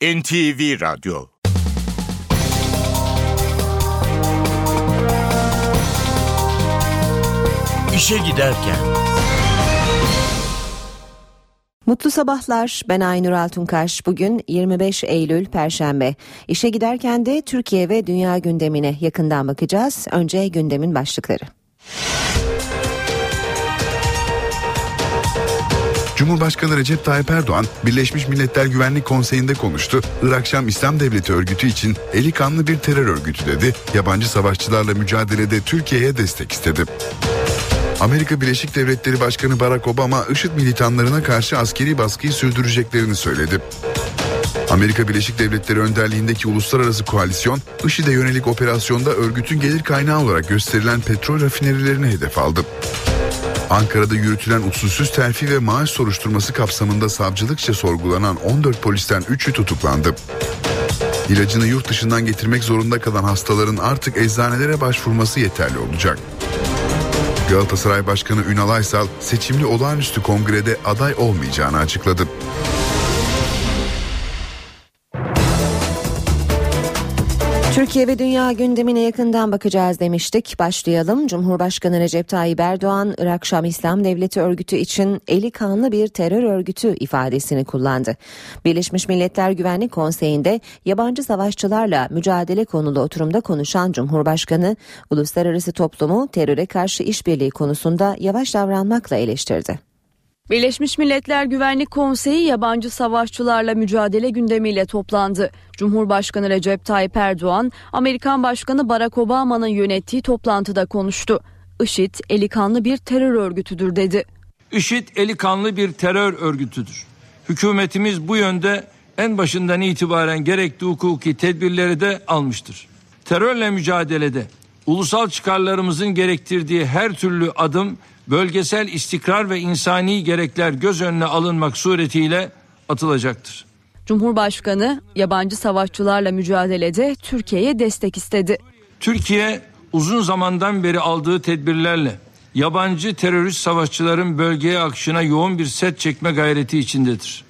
NTV Radyo. İşe giderken. Mutlu sabahlar. Ben Aynur Altunkaş. Bugün 25 Eylül Perşembe. İşe giderken de Türkiye ve dünya gündemine yakından bakacağız. Önce gündemin başlıkları. Cumhurbaşkanı Recep Tayyip Erdoğan, Birleşmiş Milletler Güvenlik Konseyi'nde konuştu. Irak Şam İslam Devleti örgütü için eli kanlı bir terör örgütü dedi. Yabancı savaşçılarla mücadelede Türkiye'ye destek istedi. Amerika Birleşik Devletleri Başkanı Barack Obama, IŞİD militanlarına karşı askeri baskıyı sürdüreceklerini söyledi. Amerika Birleşik Devletleri önderliğindeki uluslararası koalisyon, IŞİD'e yönelik operasyonda örgütün gelir kaynağı olarak gösterilen petrol rafinerilerini hedef aldı. Ankara'da yürütülen usulsüz terfi ve maaş soruşturması kapsamında savcılıkça sorgulanan 14 polisten 3'ü tutuklandı. İlacını yurt dışından getirmek zorunda kalan hastaların artık eczanelere başvurması yeterli olacak. Galatasaray Başkanı Ünal Aysal, seçimli olağanüstü kongrede aday olmayacağını açıkladı. Türkiye ve dünya gündemine yakından bakacağız demiştik. Başlayalım. Cumhurbaşkanı Recep Tayyip Erdoğan, Irak Şam İslam Devleti örgütü için eli kanlı bir terör örgütü ifadesini kullandı. Birleşmiş Milletler Güvenlik Konseyi'nde yabancı savaşçılarla mücadele konulu oturumda konuşan Cumhurbaşkanı, uluslararası toplumu teröre karşı işbirliği konusunda yavaş davranmakla eleştirdi. Birleşmiş Milletler Güvenlik Konseyi yabancı savaşçılarla mücadele gündemiyle toplandı. Cumhurbaşkanı Recep Tayyip Erdoğan, Amerikan Başkanı Barack Obama'nın yönettiği toplantıda konuştu. IŞİD eli kanlı bir terör örgütüdür dedi. IŞİD eli kanlı bir terör örgütüdür. Hükümetimiz bu yönde en başından itibaren gerekli hukuki tedbirleri de almıştır. Terörle mücadelede ulusal çıkarlarımızın gerektirdiği her türlü adım, bölgesel istikrar ve insani gerekler göz önüne alınmak suretiyle atılacaktır. Cumhurbaşkanı yabancı savaşçılarla mücadelede Türkiye'ye destek istedi. Türkiye uzun zamandan beri aldığı tedbirlerle yabancı terörist savaşçıların bölgeye akışına yoğun bir set çekme gayreti içindedir.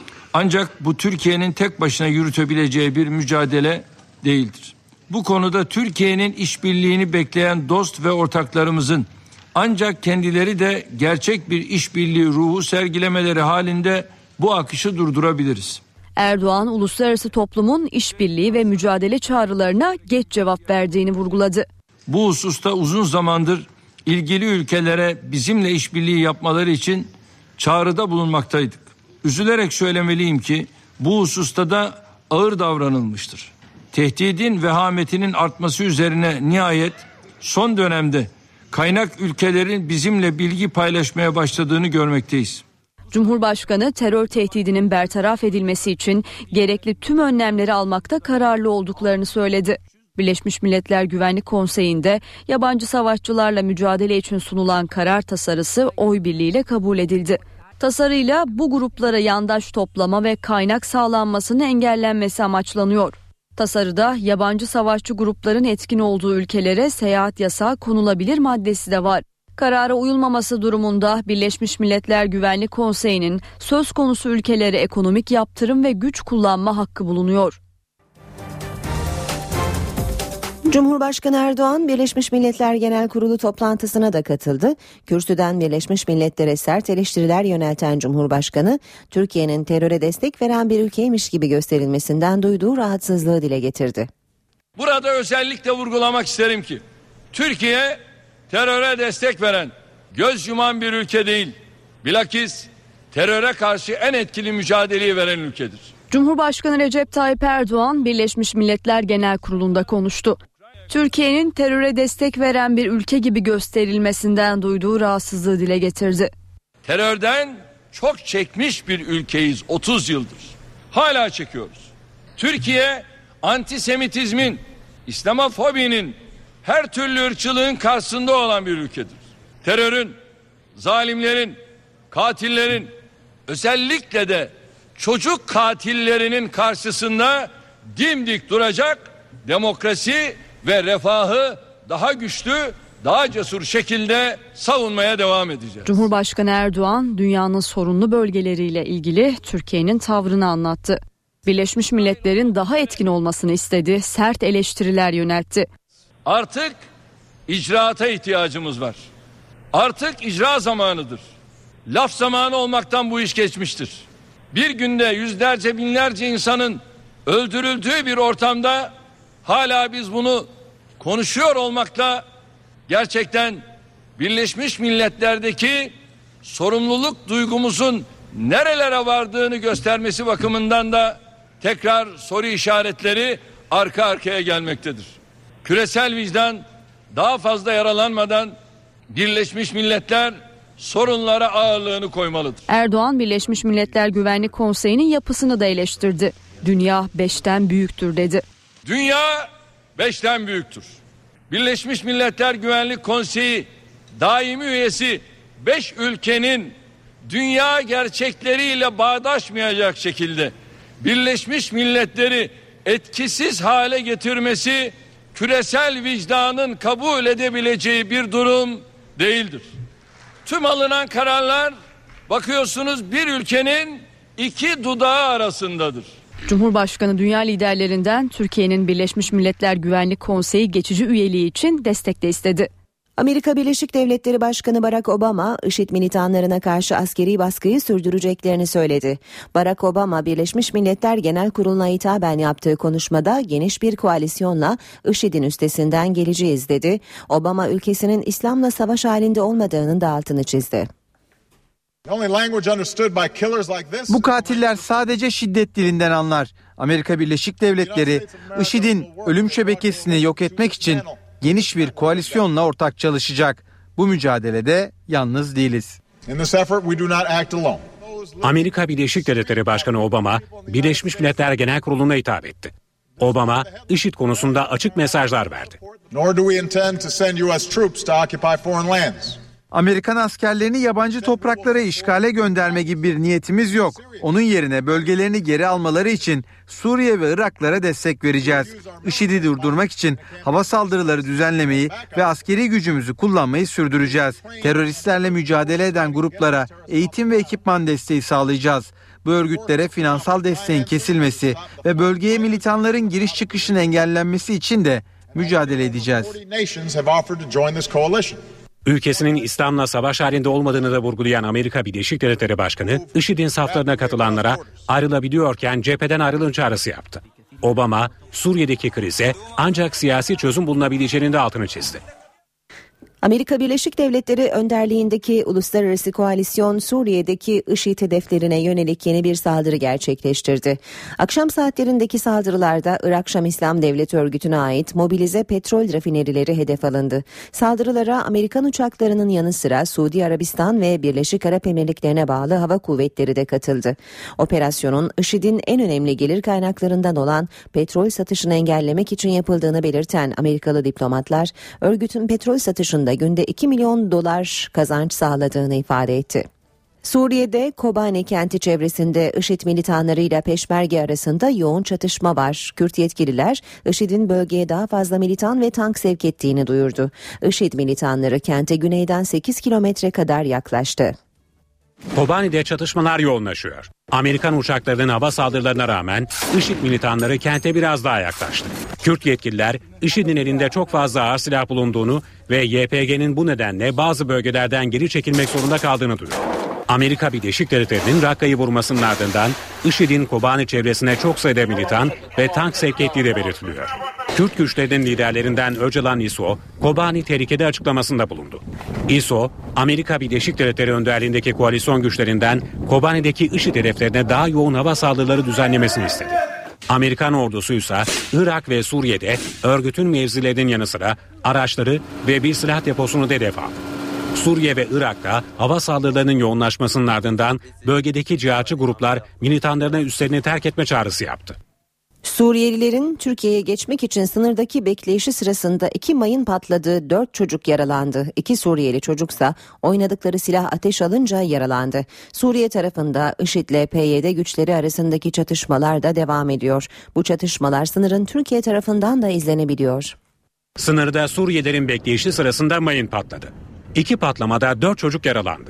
Ancak bu Türkiye'nin tek başına yürütebileceği bir mücadele değildir. Bu konuda Türkiye'nin işbirliğini bekleyen dost ve ortaklarımızın ancak kendileri de gerçek bir işbirliği ruhu sergilemeleri halinde bu akışı durdurabiliriz. Erdoğan, uluslararası toplumun işbirliği ve mücadele çağrılarına geç cevap verdiğini vurguladı. Bu hususta uzun zamandır ilgili ülkelere bizimle işbirliği yapmaları için çağrıda bulunmaktaydık. Üzülerek söylemeliyim ki bu hususta da ağır davranılmıştır. Tehdidin vehametinin artması üzerine nihayet son dönemde kaynak ülkelerin bizimle bilgi paylaşmaya başladığını görmekteyiz. Cumhurbaşkanı terör tehdidinin bertaraf edilmesi için gerekli tüm önlemleri almakta kararlı olduklarını söyledi. Birleşmiş Milletler Güvenlik Konseyi'nde yabancı savaşçılarla mücadele için sunulan karar tasarısı oy birliğiyle kabul edildi. Tasarıyla bu gruplara yandaş toplama ve kaynak sağlanmasının engellenmesi amaçlanıyor. Tasarıda yabancı savaşçı grupların etkin olduğu ülkelere seyahat yasağı konulabilir maddesi de var. Karara uyulmaması durumunda Birleşmiş Milletler Güvenlik Konseyi'nin söz konusu ülkelere ekonomik yaptırım ve güç kullanma hakkı bulunuyor. Cumhurbaşkanı Erdoğan, Birleşmiş Milletler Genel Kurulu toplantısına da katıldı. Kürsüden Birleşmiş Milletler'e sert eleştiriler yönelten Cumhurbaşkanı, Türkiye'nin teröre destek veren bir ülkeymiş gibi gösterilmesinden duyduğu rahatsızlığı dile getirdi. Burada özellikle vurgulamak isterim ki, Türkiye teröre destek veren, göz yuman bir ülke değil, bilakis teröre karşı en etkili mücadeleyi veren ülkedir. Cumhurbaşkanı Recep Tayyip Erdoğan, Birleşmiş Milletler Genel Kurulu'nda konuştu. Türkiye'nin teröre destek veren bir ülke gibi gösterilmesinden duyduğu rahatsızlığı dile getirdi. Terörden çok çekmiş bir ülkeyiz 30 yıldır. Hala çekiyoruz. Türkiye antisemitizmin, İslamofobinin, her türlü ırkçılığın karşısında olan bir ülkedir. Terörün, zalimlerin, katillerin, özellikle de çocuk katillerinin karşısında dimdik duracak, demokrasi ve refahı daha güçlü, daha cesur şekilde savunmaya devam edeceğiz. Cumhurbaşkanı Erdoğan, dünyanın sorunlu bölgeleriyle ilgili Türkiye'nin tavrını anlattı. Birleşmiş Milletler'in daha etkin olmasını istedi, sert eleştiriler yöneltti. Artık icraata ihtiyacımız var. Artık icra zamanıdır. Laf zamanı olmaktan bu iş geçmiştir. Bir günde yüzlerce binlerce insanın öldürüldüğü bir ortamda hala biz bunu konuşuyor olmakla gerçekten Birleşmiş Milletler'deki sorumluluk duygumuzun nerelere vardığını göstermesi bakımından da tekrar soru işaretleri arka arkaya gelmektedir. Küresel vicdan daha fazla yaralanmadan Birleşmiş Milletler sorunlara ağırlığını koymalıdır. Erdoğan, Birleşmiş Milletler Güvenlik Konseyi'nin yapısını da eleştirdi. Dünya 5'ten büyüktür dedi. Dünya 5'ten büyüktür. Birleşmiş Milletler Güvenlik Konseyi daimi üyesi 5 ülkenin dünya gerçekleriyle bağdaşmayacak şekilde Birleşmiş Milletleri etkisiz hale getirmesi küresel vicdanın kabul edebileceği bir durum değildir. Tüm alınan kararlar bakıyorsunuz bir ülkenin iki dudağı arasındadır. Cumhurbaşkanı dünya liderlerinden Türkiye'nin Birleşmiş Milletler Güvenlik Konseyi geçici üyeliği için destek de istedi. Amerika Birleşik Devletleri Başkanı Barack Obama, IŞİD militanlarına karşı askeri baskıyı sürdüreceklerini söyledi. Barack Obama, Birleşmiş Milletler Genel Kurulu'na hitaben yaptığı konuşmada geniş bir koalisyonla IŞİD'in üstesinden geleceğiz dedi. Obama, ülkesinin İslam'la savaş halinde olmadığının da altını çizdi. Bu katiller sadece şiddet dilinden anlar. Amerika Birleşik Devletleri, IŞİD'in ölüm şebekesini yok etmek için geniş bir koalisyonla ortak çalışacak. Bu mücadelede yalnız değiliz. Amerika Birleşik Devletleri Başkanı Obama, Birleşmiş Milletler Genel Kurulu'na hitap etti. Obama, IŞİD konusunda açık mesajlar verdi. Amerikan askerlerini yabancı topraklara işgale gönderme gibi bir niyetimiz yok. Onun yerine bölgelerini geri almaları için Suriye ve Iraklara destek vereceğiz. IŞİD'i durdurmak için hava saldırıları düzenlemeyi ve askeri gücümüzü kullanmayı sürdüreceğiz. Teröristlerle mücadele eden gruplara eğitim ve ekipman desteği sağlayacağız. Bu örgütlere finansal desteğin kesilmesi ve bölgeye militanların giriş çıkışının engellenmesi için de mücadele edeceğiz. Ülkesinin İslam'la savaş halinde olmadığını da vurgulayan Amerika Birleşik Devletleri Başkanı, IŞİD'in saflarına katılanlara ayrılabiliyorken cepheden ayrılın çağrısı yaptı. Obama, Suriye'deki krize ancak siyasi çözüm bulunabileceğinin de altını çizdi. Amerika Birleşik Devletleri önderliğindeki uluslararası koalisyon Suriye'deki IŞİD hedeflerine yönelik yeni bir saldırı gerçekleştirdi. Akşam saatlerindeki saldırılarda Irak Şam İslam Devleti örgütüne ait mobilize petrol rafinerileri hedef alındı. Saldırılara Amerikan uçaklarının yanı sıra Suudi Arabistan ve Birleşik Arap Emirlikleri'ne bağlı hava kuvvetleri de katıldı. Operasyonun IŞİD'in en önemli gelir kaynaklarından olan petrol satışını engellemek için yapıldığını belirten Amerikalı diplomatlar, örgütün petrol satışında günde 2 milyon dolar kazanç sağladığını ifade etti. Suriye'de Kobani kenti çevresinde IŞİD militanlarıyla Peşmerge arasında yoğun çatışma var. Kürt yetkililer IŞİD'in bölgeye daha fazla militan ve tank sevk ettiğini duyurdu. IŞİD militanları kente güneyden 8 kilometre kadar yaklaştı. Kobani'de çatışmalar yoğunlaşıyor. Amerikan uçaklarının hava saldırılarına rağmen IŞİD militanları kente biraz daha yaklaştı. Kürt yetkililer IŞİD'in elinde çok fazla ağır silah bulunduğunu ve YPG'nin bu nedenle bazı bölgelerden geri çekilmek zorunda kaldığını duyurdu. Amerika Birleşik Devletleri'nin Rakka'yı vurmasının ardından IŞİD'in Kobani çevresine çok sayıda militan ve tank sevk ettiği de belirtiliyor. Kürt güçlerinin liderlerinden Öcalan İso, Kobani tehlikede açıklamasında bulundu. İso, Amerika Birleşik Devletleri önderliğindeki koalisyon güçlerinden Kobani'deki IŞİD hedeflerine daha yoğun hava saldırıları düzenlemesini istedi. Amerikan ordusu ise Irak ve Suriye'de örgütün mevzilerinin yanı sıra araçları ve bir silah deposunu da hedef aldı. Suriye ve Irak'ta hava saldırılarının yoğunlaşmasının ardından bölgedeki cihatçı gruplar militanlarına üslerini terk etme çağrısı yaptı. Suriyelilerin Türkiye'ye geçmek için sınırdaki bekleyişi sırasında 2 mayın patladı, 4 çocuk yaralandı. 2 Suriyeli çocuksa oynadıkları silah ateş alınca yaralandı. Suriye tarafında IŞİD'le PYD güçleri arasındaki çatışmalar da devam ediyor. Bu çatışmalar sınırın Türkiye tarafından da izlenebiliyor. Sınırda Suriyelilerin bekleyişi sırasında mayın patladı. 2 patlamada 4 çocuk yaralandı.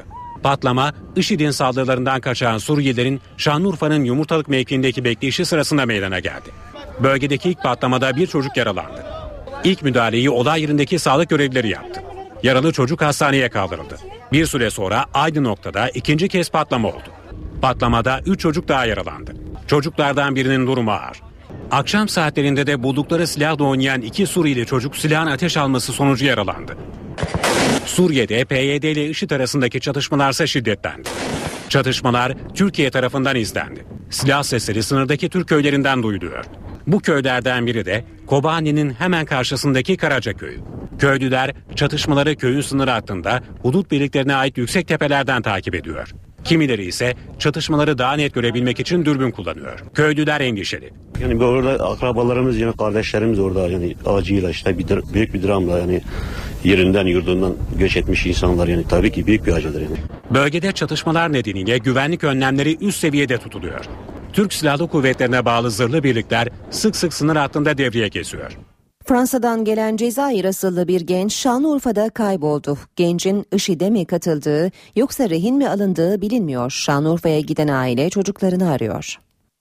Patlama, IŞİD'in saldırılarından kaçan Suriyelilerin Şanlıurfa'nın Yumurtalık mevkiindeki bekleyişi sırasında meydana geldi. Bölgedeki ilk patlamada bir çocuk yaralandı. İlk müdahaleyi olay yerindeki sağlık görevlileri yaptı. Yaralı çocuk hastaneye kaldırıldı. Bir süre sonra aynı noktada ikinci kez patlama oldu. Patlamada 3 çocuk daha yaralandı. Çocuklardan birinin durumu ağır. Akşam saatlerinde de buldukları silahla oynayan 2 Suriyeli çocuk silahın ateş alması sonucu yaralandı. Suriye'de PYD ile IŞİD arasındaki çatışmalarsa şiddetlendi. Çatışmalar Türkiye tarafından izlendi. Silah sesleri sınırdaki Türk köylerinden duyuluyor. Bu köylerden biri de Kobani'nin hemen karşısındaki Karaca köyü. Köylüler çatışmaları köyün sınırı hattında hudut birliklerine ait yüksek tepelerden takip ediyor. Kimileri ise çatışmaları daha net görebilmek için dürbün kullanıyor. Köylüler endişeli. Yani orada akrabalarımız, yani kardeşlerimiz orada, yani acıyla işte büyük bir dramla, yani yerinden yurdundan göç etmiş insanlar, yani tabii ki büyük bir acıdır yani. Bölgede çatışmalar nedeniyle güvenlik önlemleri üst seviyede tutuluyor. Türk Silahlı Kuvvetlerine bağlı zırhlı birlikler sık sık sınır hattında devreye geziyor. Fransa'dan gelen Cezayir asıllı bir genç Şanlıurfa'da kayboldu. Gencin IŞİD'e mi katıldığı yoksa rehin mi alındığı bilinmiyor. Şanlıurfa'ya giden aile çocuklarını arıyor.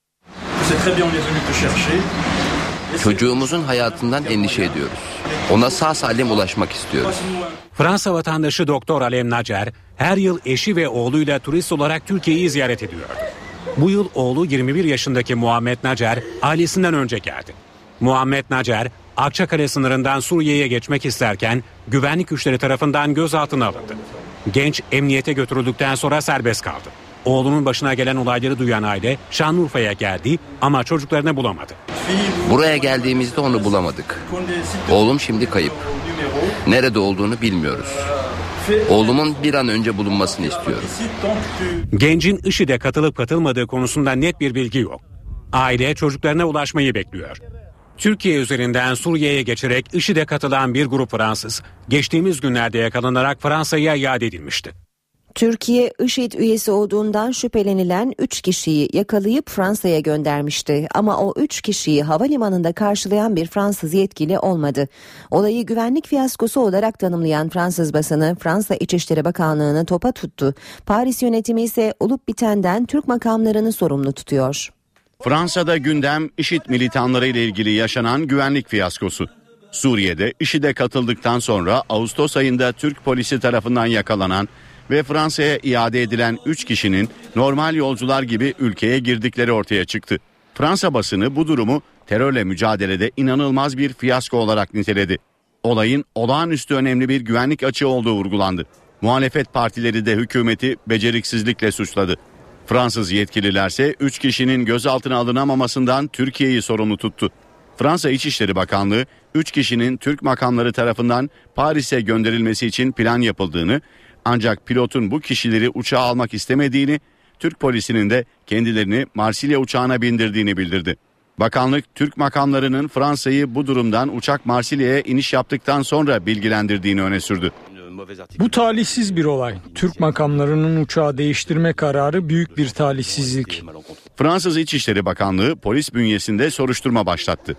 Çocuğumuzun hayatından endişe ediyoruz. Ona sağ salim ulaşmak istiyoruz. Fransa vatandaşı Doktor Alem Nacer her yıl eşi ve oğluyla turist olarak Türkiye'yi ziyaret ediyordu. Bu yıl oğlu 21 yaşındaki Muhammed Nacer ailesinden önce geldi. Muhammed Nacer Akçakale sınırından Suriye'ye geçmek isterken güvenlik güçleri tarafından gözaltına alındı. Genç emniyete götürüldükten sonra serbest kaldı. Oğlunun başına gelen olayları duyan aile Şanlıurfa'ya geldi ama çocuklarını bulamadı. Buraya geldiğimizde onu bulamadık. Oğlum şimdi kayıp. Nerede olduğunu bilmiyoruz. Oğlumun bir an önce bulunmasını istiyorum. Gencin IŞİD'e katılıp katılmadığı konusunda net bir bilgi yok. Aile çocuklarına ulaşmayı bekliyor. Türkiye üzerinden Suriye'ye geçerek IŞİD'e katılan bir grup Fransız geçtiğimiz günlerde yakalanarak Fransa'ya iade edilmişti. Türkiye, IŞİD üyesi olduğundan şüphelenilen 3 kişiyi yakalayıp Fransa'ya göndermişti. Ama o 3 kişiyi havalimanında karşılayan bir Fransız yetkili olmadı. Olayı güvenlik fiyaskosu olarak tanımlayan Fransız basını Fransa İçişleri Bakanlığı'nı topa tuttu. Paris yönetimi ise olup bitenden Türk makamlarını sorumlu tutuyor. Fransa'da gündem IŞİD militanları ile ilgili yaşanan güvenlik fiyaskosu. Suriye'de IŞİD'e katıldıktan sonra Ağustos ayında Türk polisi tarafından yakalanan ve Fransa'ya iade edilen 3 kişinin normal yolcular gibi ülkeye girdikleri ortaya çıktı. Fransa basını bu durumu terörle mücadelede inanılmaz bir fiyasko olarak niteledi. Olayın olağanüstü önemli bir güvenlik açığı olduğu vurgulandı. Muhalefet partileri de hükümeti beceriksizlikle suçladı. Fransız yetkililerse 3 kişinin gözaltına alınamamasından Türkiye'yi sorumlu tuttu. Fransa İçişleri Bakanlığı 3 kişinin Türk makamları tarafından Paris'e gönderilmesi için plan yapıldığını, ancak pilotun bu kişileri uçağa almak istemediğini, Türk polisinin de kendilerini Marsilya uçağına bindirdiğini bildirdi. Bakanlık Türk makamlarının Fransa'yı bu durumdan uçak Marsilya'ya iniş yaptıktan sonra bilgilendirdiğini öne sürdü. Bu talihsiz bir olay. Türk makamlarının uçağı değiştirme kararı büyük bir talihsizlik. Fransız İçişleri Bakanlığı polis bünyesinde soruşturma başlattı.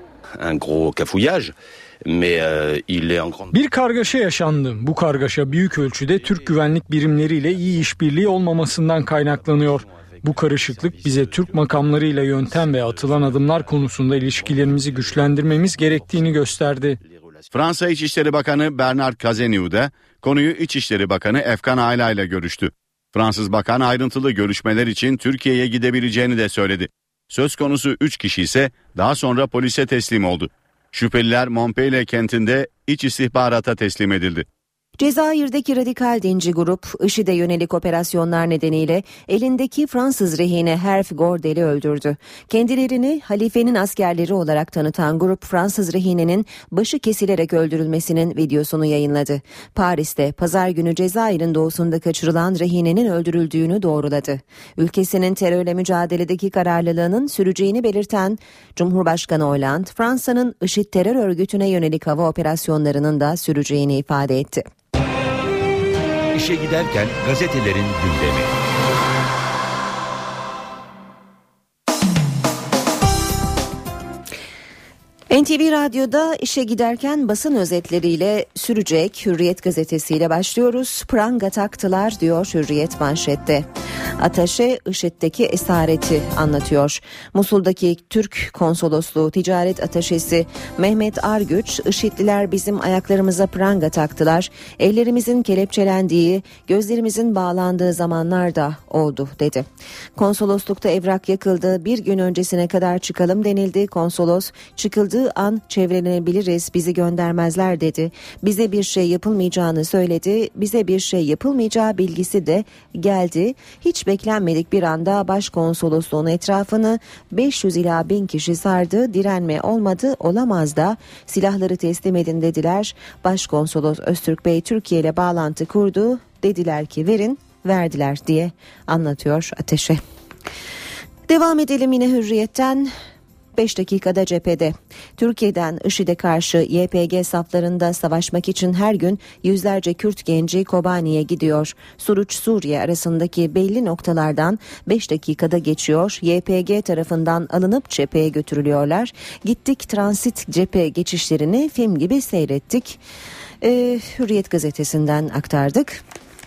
Bir kargaşa yaşandı. Bu kargaşa büyük ölçüde Türk güvenlik birimleriyle iyi işbirliği olmamasından kaynaklanıyor. Bu karışıklık bize Türk makamlarıyla yöntem ve atılan adımlar konusunda ilişkilerimizi güçlendirmemiz gerektiğini gösterdi. Fransa İçişleri Bakanı Bernard Cazeneuve de konuyu İçişleri Bakanı Efkan Ayla ile görüştü. Fransız Bakan ayrıntılı görüşmeler için Türkiye'ye gidebileceğini de söyledi. Söz konusu 3 kişi ise daha sonra polise teslim oldu. Şüpheliler Montpellier kentinde iç istihbarata teslim edildi. Cezayir'deki radikal dinci grup IŞİD'e yönelik operasyonlar nedeniyle elindeki Fransız rehine Herve Gordel'i öldürdü. Kendilerini halifenin askerleri olarak tanıtan grup Fransız rehinenin başı kesilerek öldürülmesinin videosunu yayınladı. Paris'te pazar günü Cezayir'in doğusunda kaçırılan rehinenin öldürüldüğünü doğruladı. Ülkesinin terörle mücadeledeki kararlılığının süreceğini belirten Cumhurbaşkanı Hollande, Fransa'nın IŞİD terör örgütüne yönelik hava operasyonlarının da süreceğini ifade etti. İşe giderken gazetelerin gündemi. NTV Radyo'da işe giderken basın özetleriyle sürecek. Hürriyet gazetesiyle başlıyoruz. Pranga taktılar diyor Hürriyet manşette. Ataşe IŞİD'deki esareti anlatıyor. Musul'daki Türk Konsolosluğu Ticaret Ataşesi Mehmet Argüç, IŞİD'liler bizim ayaklarımıza pranga taktılar. Ellerimizin kelepçelendiği, gözlerimizin bağlandığı zamanlar da oldu dedi. Konsoloslukta evrak yakıldı. Bir gün öncesine kadar çıkalım denildi. Konsolos çıkıldığı an çevrelenebiliriz, bizi göndermezler dedi. Bize bir şey yapılmayacağını söyledi. Bize bir şey yapılmayacağı bilgisi de geldi. Hiç beklenmedik bir anda başkonsolosluğun etrafını 500 ila 1000 kişi sardı. Direnme olmadı, olamaz da silahları teslim edin dediler. Başkonsolos Öztürk Bey Türkiye ile bağlantı kurdu. Dediler ki verin, verdiler diye anlatıyor Ateşe. Devam edelim yine Hürriyet'ten. 5 dakikada cephede. Türkiye'den IŞİD'e karşı YPG saflarında savaşmak için her gün yüzlerce Kürt genci Kobani'ye gidiyor. Suruç-Suriye arasındaki belli noktalardan 5 dakikada geçiyor. YPG tarafından alınıp cepheye götürülüyorlar. Gittik, transit cephe geçişlerini film gibi seyrettik. Hürriyet gazetesinden aktardık.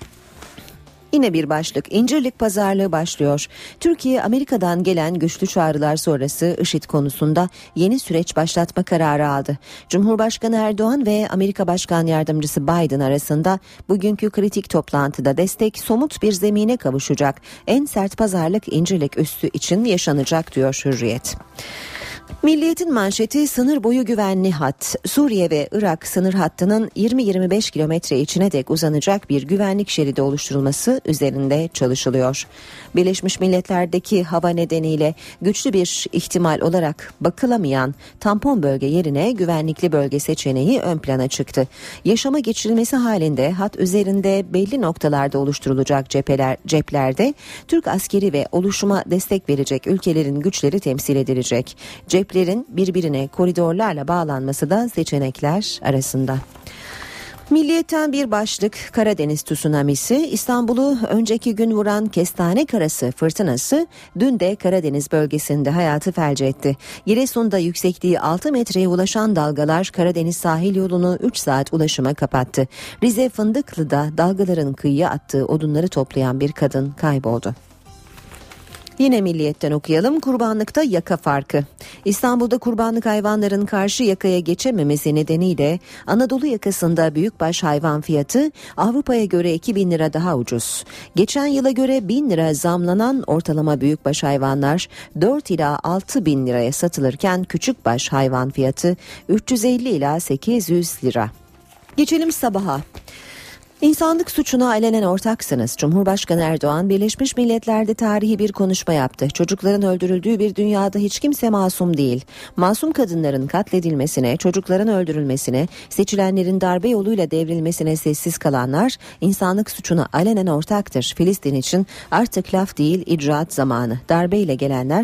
Yine bir başlık, İncirlik pazarlığı başlıyor. Türkiye, Amerika'dan gelen güçlü çağrılar sonrası IŞİD konusunda yeni süreç başlatma kararı aldı. Cumhurbaşkanı Erdoğan ve Amerika Başkan Yardımcısı Biden arasında bugünkü kritik toplantıda destek somut bir zemine kavuşacak. En sert pazarlık İncirlik üssü için yaşanacak diyor Hürriyet. Milliyet'in manşeti sınır boyu güvenli hat. Suriye ve Irak sınır hattının 20-25 kilometre içine dek uzanacak bir güvenlik şeridi oluşturulması üzerinde çalışılıyor. Birleşmiş Milletler'deki hava nedeniyle güçlü bir ihtimal olarak bakılamayan tampon bölge yerine güvenlikli bölge seçeneği ön plana çıktı. Yaşama geçirilmesi halinde hat üzerinde belli noktalarda oluşturulacak ceplerde Türk askeri ve oluşuma destek verecek ülkelerin güçleri temsil edilecek. Ceplerin birbirine koridorlarla bağlanması da seçenekler arasında. Milliyet'ten bir başlık, Karadeniz tsunamisi. İstanbul'u önceki gün vuran Kestane Karası fırtınası dün de Karadeniz bölgesinde hayatı felç etti. Giresun'da yüksekliği 6 metreye ulaşan dalgalar Karadeniz sahil yolunu 3 saat ulaşıma kapattı. Rize Fındıklı'da dalgaların kıyıya attığı odunları toplayan bir kadın kayboldu. Yine Milliyet'ten okuyalım. Kurbanlıkta yaka farkı. İstanbul'da kurbanlık hayvanların karşı yakaya geçememesi nedeniyle Anadolu yakasında büyükbaş hayvan fiyatı Avrupa'ya göre 2.000 lira daha ucuz. Geçen yıla göre 1.000 lira zamlanan ortalama büyükbaş hayvanlar 4 ila 6.000 liraya satılırken küçükbaş hayvan fiyatı 350 ila 800 lira. Geçelim sabaha. İnsanlık suçuna alenen ortaksınız. Cumhurbaşkanı Erdoğan Birleşmiş Milletler'de tarihi bir konuşma yaptı. Çocukların öldürüldüğü bir dünyada hiç kimse masum değil. Masum kadınların katledilmesine, çocukların öldürülmesine, seçilenlerin darbe yoluyla devrilmesine sessiz kalanlar insanlık suçuna alenen ortaktır. Filistin için artık laf değil, icraat zamanı. Darbeyle gelenler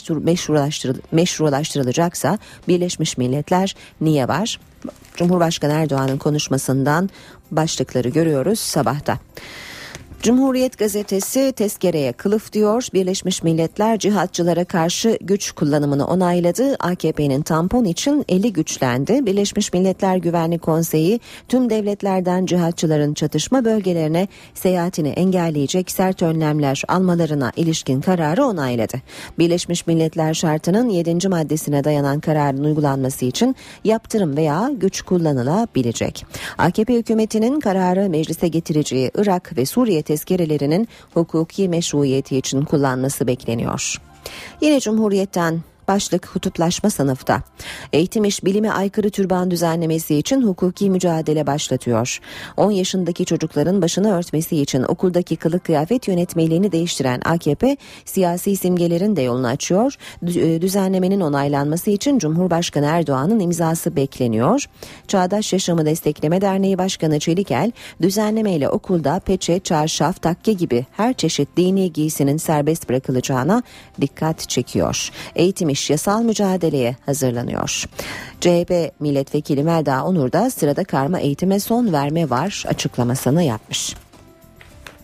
meşrulaştırılacaksa Birleşmiş Milletler niye var? Cumhurbaşkanı Erdoğan'ın konuşmasından başlıkları görüyoruz sabahta. Cumhuriyet gazetesi tezkereye kılıf diyor. Birleşmiş Milletler cihatçılara karşı güç kullanımını onayladı. AKP'nin tampon için eli güçlendi. Birleşmiş Milletler Güvenlik Konseyi tüm devletlerden cihatçıların çatışma bölgelerine seyahatini engelleyecek sert önlemler almalarına ilişkin kararı onayladı. Birleşmiş Milletler şartının 7. maddesine dayanan kararın uygulanması için yaptırım veya güç kullanılabilecek. AKP hükümetinin kararı meclise getireceği Irak ve Suriye tezkerelerinin hukuki meşruiyeti için kullanması bekleniyor. Yine Cumhuriyet'ten başlık kutuplaşma sınıfta. Eğitim İş bilime aykırı türban düzenlemesi için hukuki mücadele başlatıyor. 10 yaşındaki çocukların başını örtmesi için okuldaki kılık kıyafet yönetmeliğini değiştiren AKP siyasi simgelerin de yolunu açıyor. Düzenlemenin onaylanması için Cumhurbaşkanı Erdoğan'ın imzası bekleniyor. Çağdaş Yaşamı Destekleme Derneği Başkanı Çelikel düzenlemeyle okulda peçe, çarşaf, takke gibi her çeşit dini giysinin serbest bırakılacağına dikkat çekiyor. Eğitim İş yasal mücadeleye hazırlanıyor. CHP milletvekili Melda Onur da sırada karma eğitime son verme var açıklamasını yapmış.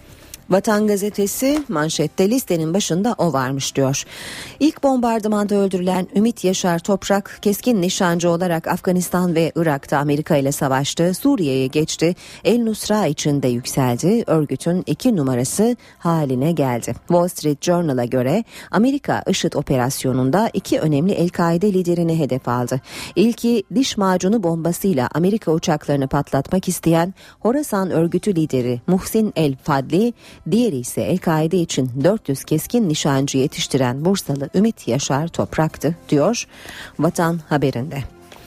Vatan gazetesi manşette listenin başında o varmış diyor. İlk bombardımanda öldürülen Ümit Yaşar Toprak keskin nişancı olarak Afganistan ve Irak'ta Amerika ile savaştı. Suriye'ye geçti. El Nusra içinde yükseldi. Örgütün 2 numarası haline geldi. Wall Street Journal'a göre Amerika IŞİD operasyonunda 2 önemli El-Kaide liderini hedef aldı. İlki diş macunu bombasıyla Amerika uçaklarını patlatmak isteyen Horasan örgütü lideri Muhsin El Fadli, diğeri ise El-Kaide için 400 keskin nişancı yetiştiren Bursalı Ümit Yaşar Toprak'tı diyor Vatan haberinde.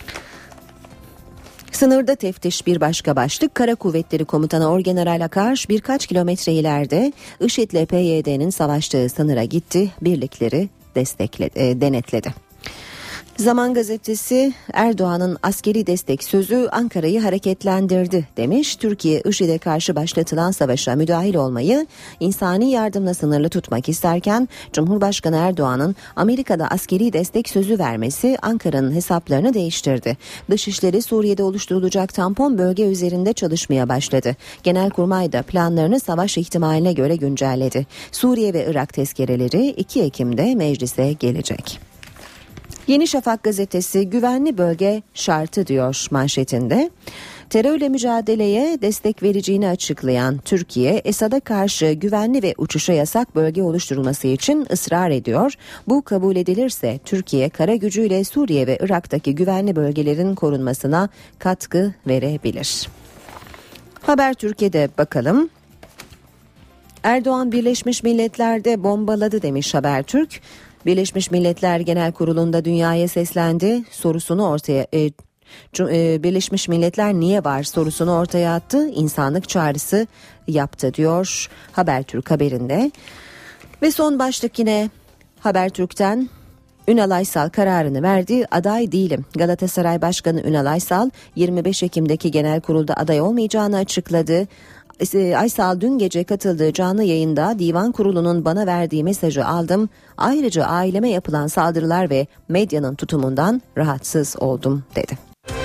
Sınırda teftiş bir başka başlık. Kara Kuvvetleri Komutanı Orgeneral Akar birkaç kilometre ileride IŞİD'le PYD'nin savaştığı sınıra gitti. Birlikleri denetledi. Zaman gazetesi Erdoğan'ın askeri destek sözü Ankara'yı hareketlendirdi demiş. Türkiye IŞİD'e karşı başlatılan savaşa müdahil olmayı insani yardımla sınırlı tutmak isterken Cumhurbaşkanı Erdoğan'ın Amerika'da askeri destek sözü vermesi Ankara'nın hesaplarını değiştirdi. Dışişleri Suriye'de oluşturulacak tampon bölge üzerinde çalışmaya başladı. Genelkurmay da planlarını savaş ihtimaline göre güncelledi. Suriye ve Irak tezkereleri 2 Ekim'de meclise gelecek. Yeni Şafak gazetesi güvenli bölge şartı diyor manşetinde. Terörle mücadeleye destek vereceğini açıklayan Türkiye, Esad'a karşı güvenli ve uçuşa yasak bölge oluşturulması için ısrar ediyor. Bu kabul edilirse Türkiye kara gücüyle Suriye ve Irak'taki güvenli bölgelerin korunmasına katkı verebilir. Habertürk'e bakalım. Erdoğan Birleşmiş Milletler'de bombaladı demiş Habertürk. Birleşmiş Milletler Genel Kurulu'nda dünyaya seslendi sorusunu Birleşmiş Milletler niye var sorusunu ortaya attı. İnsanlık çağrısı yaptı diyor Habertürk haberinde. Ve son başlık yine Habertürk'ten. Ünal Aysal kararını verdi. Aday değilim. Galatasaray Başkanı Ünal Aysal 25 Ekim'deki genel kurulda aday olmayacağını açıkladı. Aysal dün gece katıldığı canlı yayında divan kurulunun bana verdiği mesajı aldım. Ayrıca aileme yapılan saldırılar ve medyanın tutumundan rahatsız oldum dedi.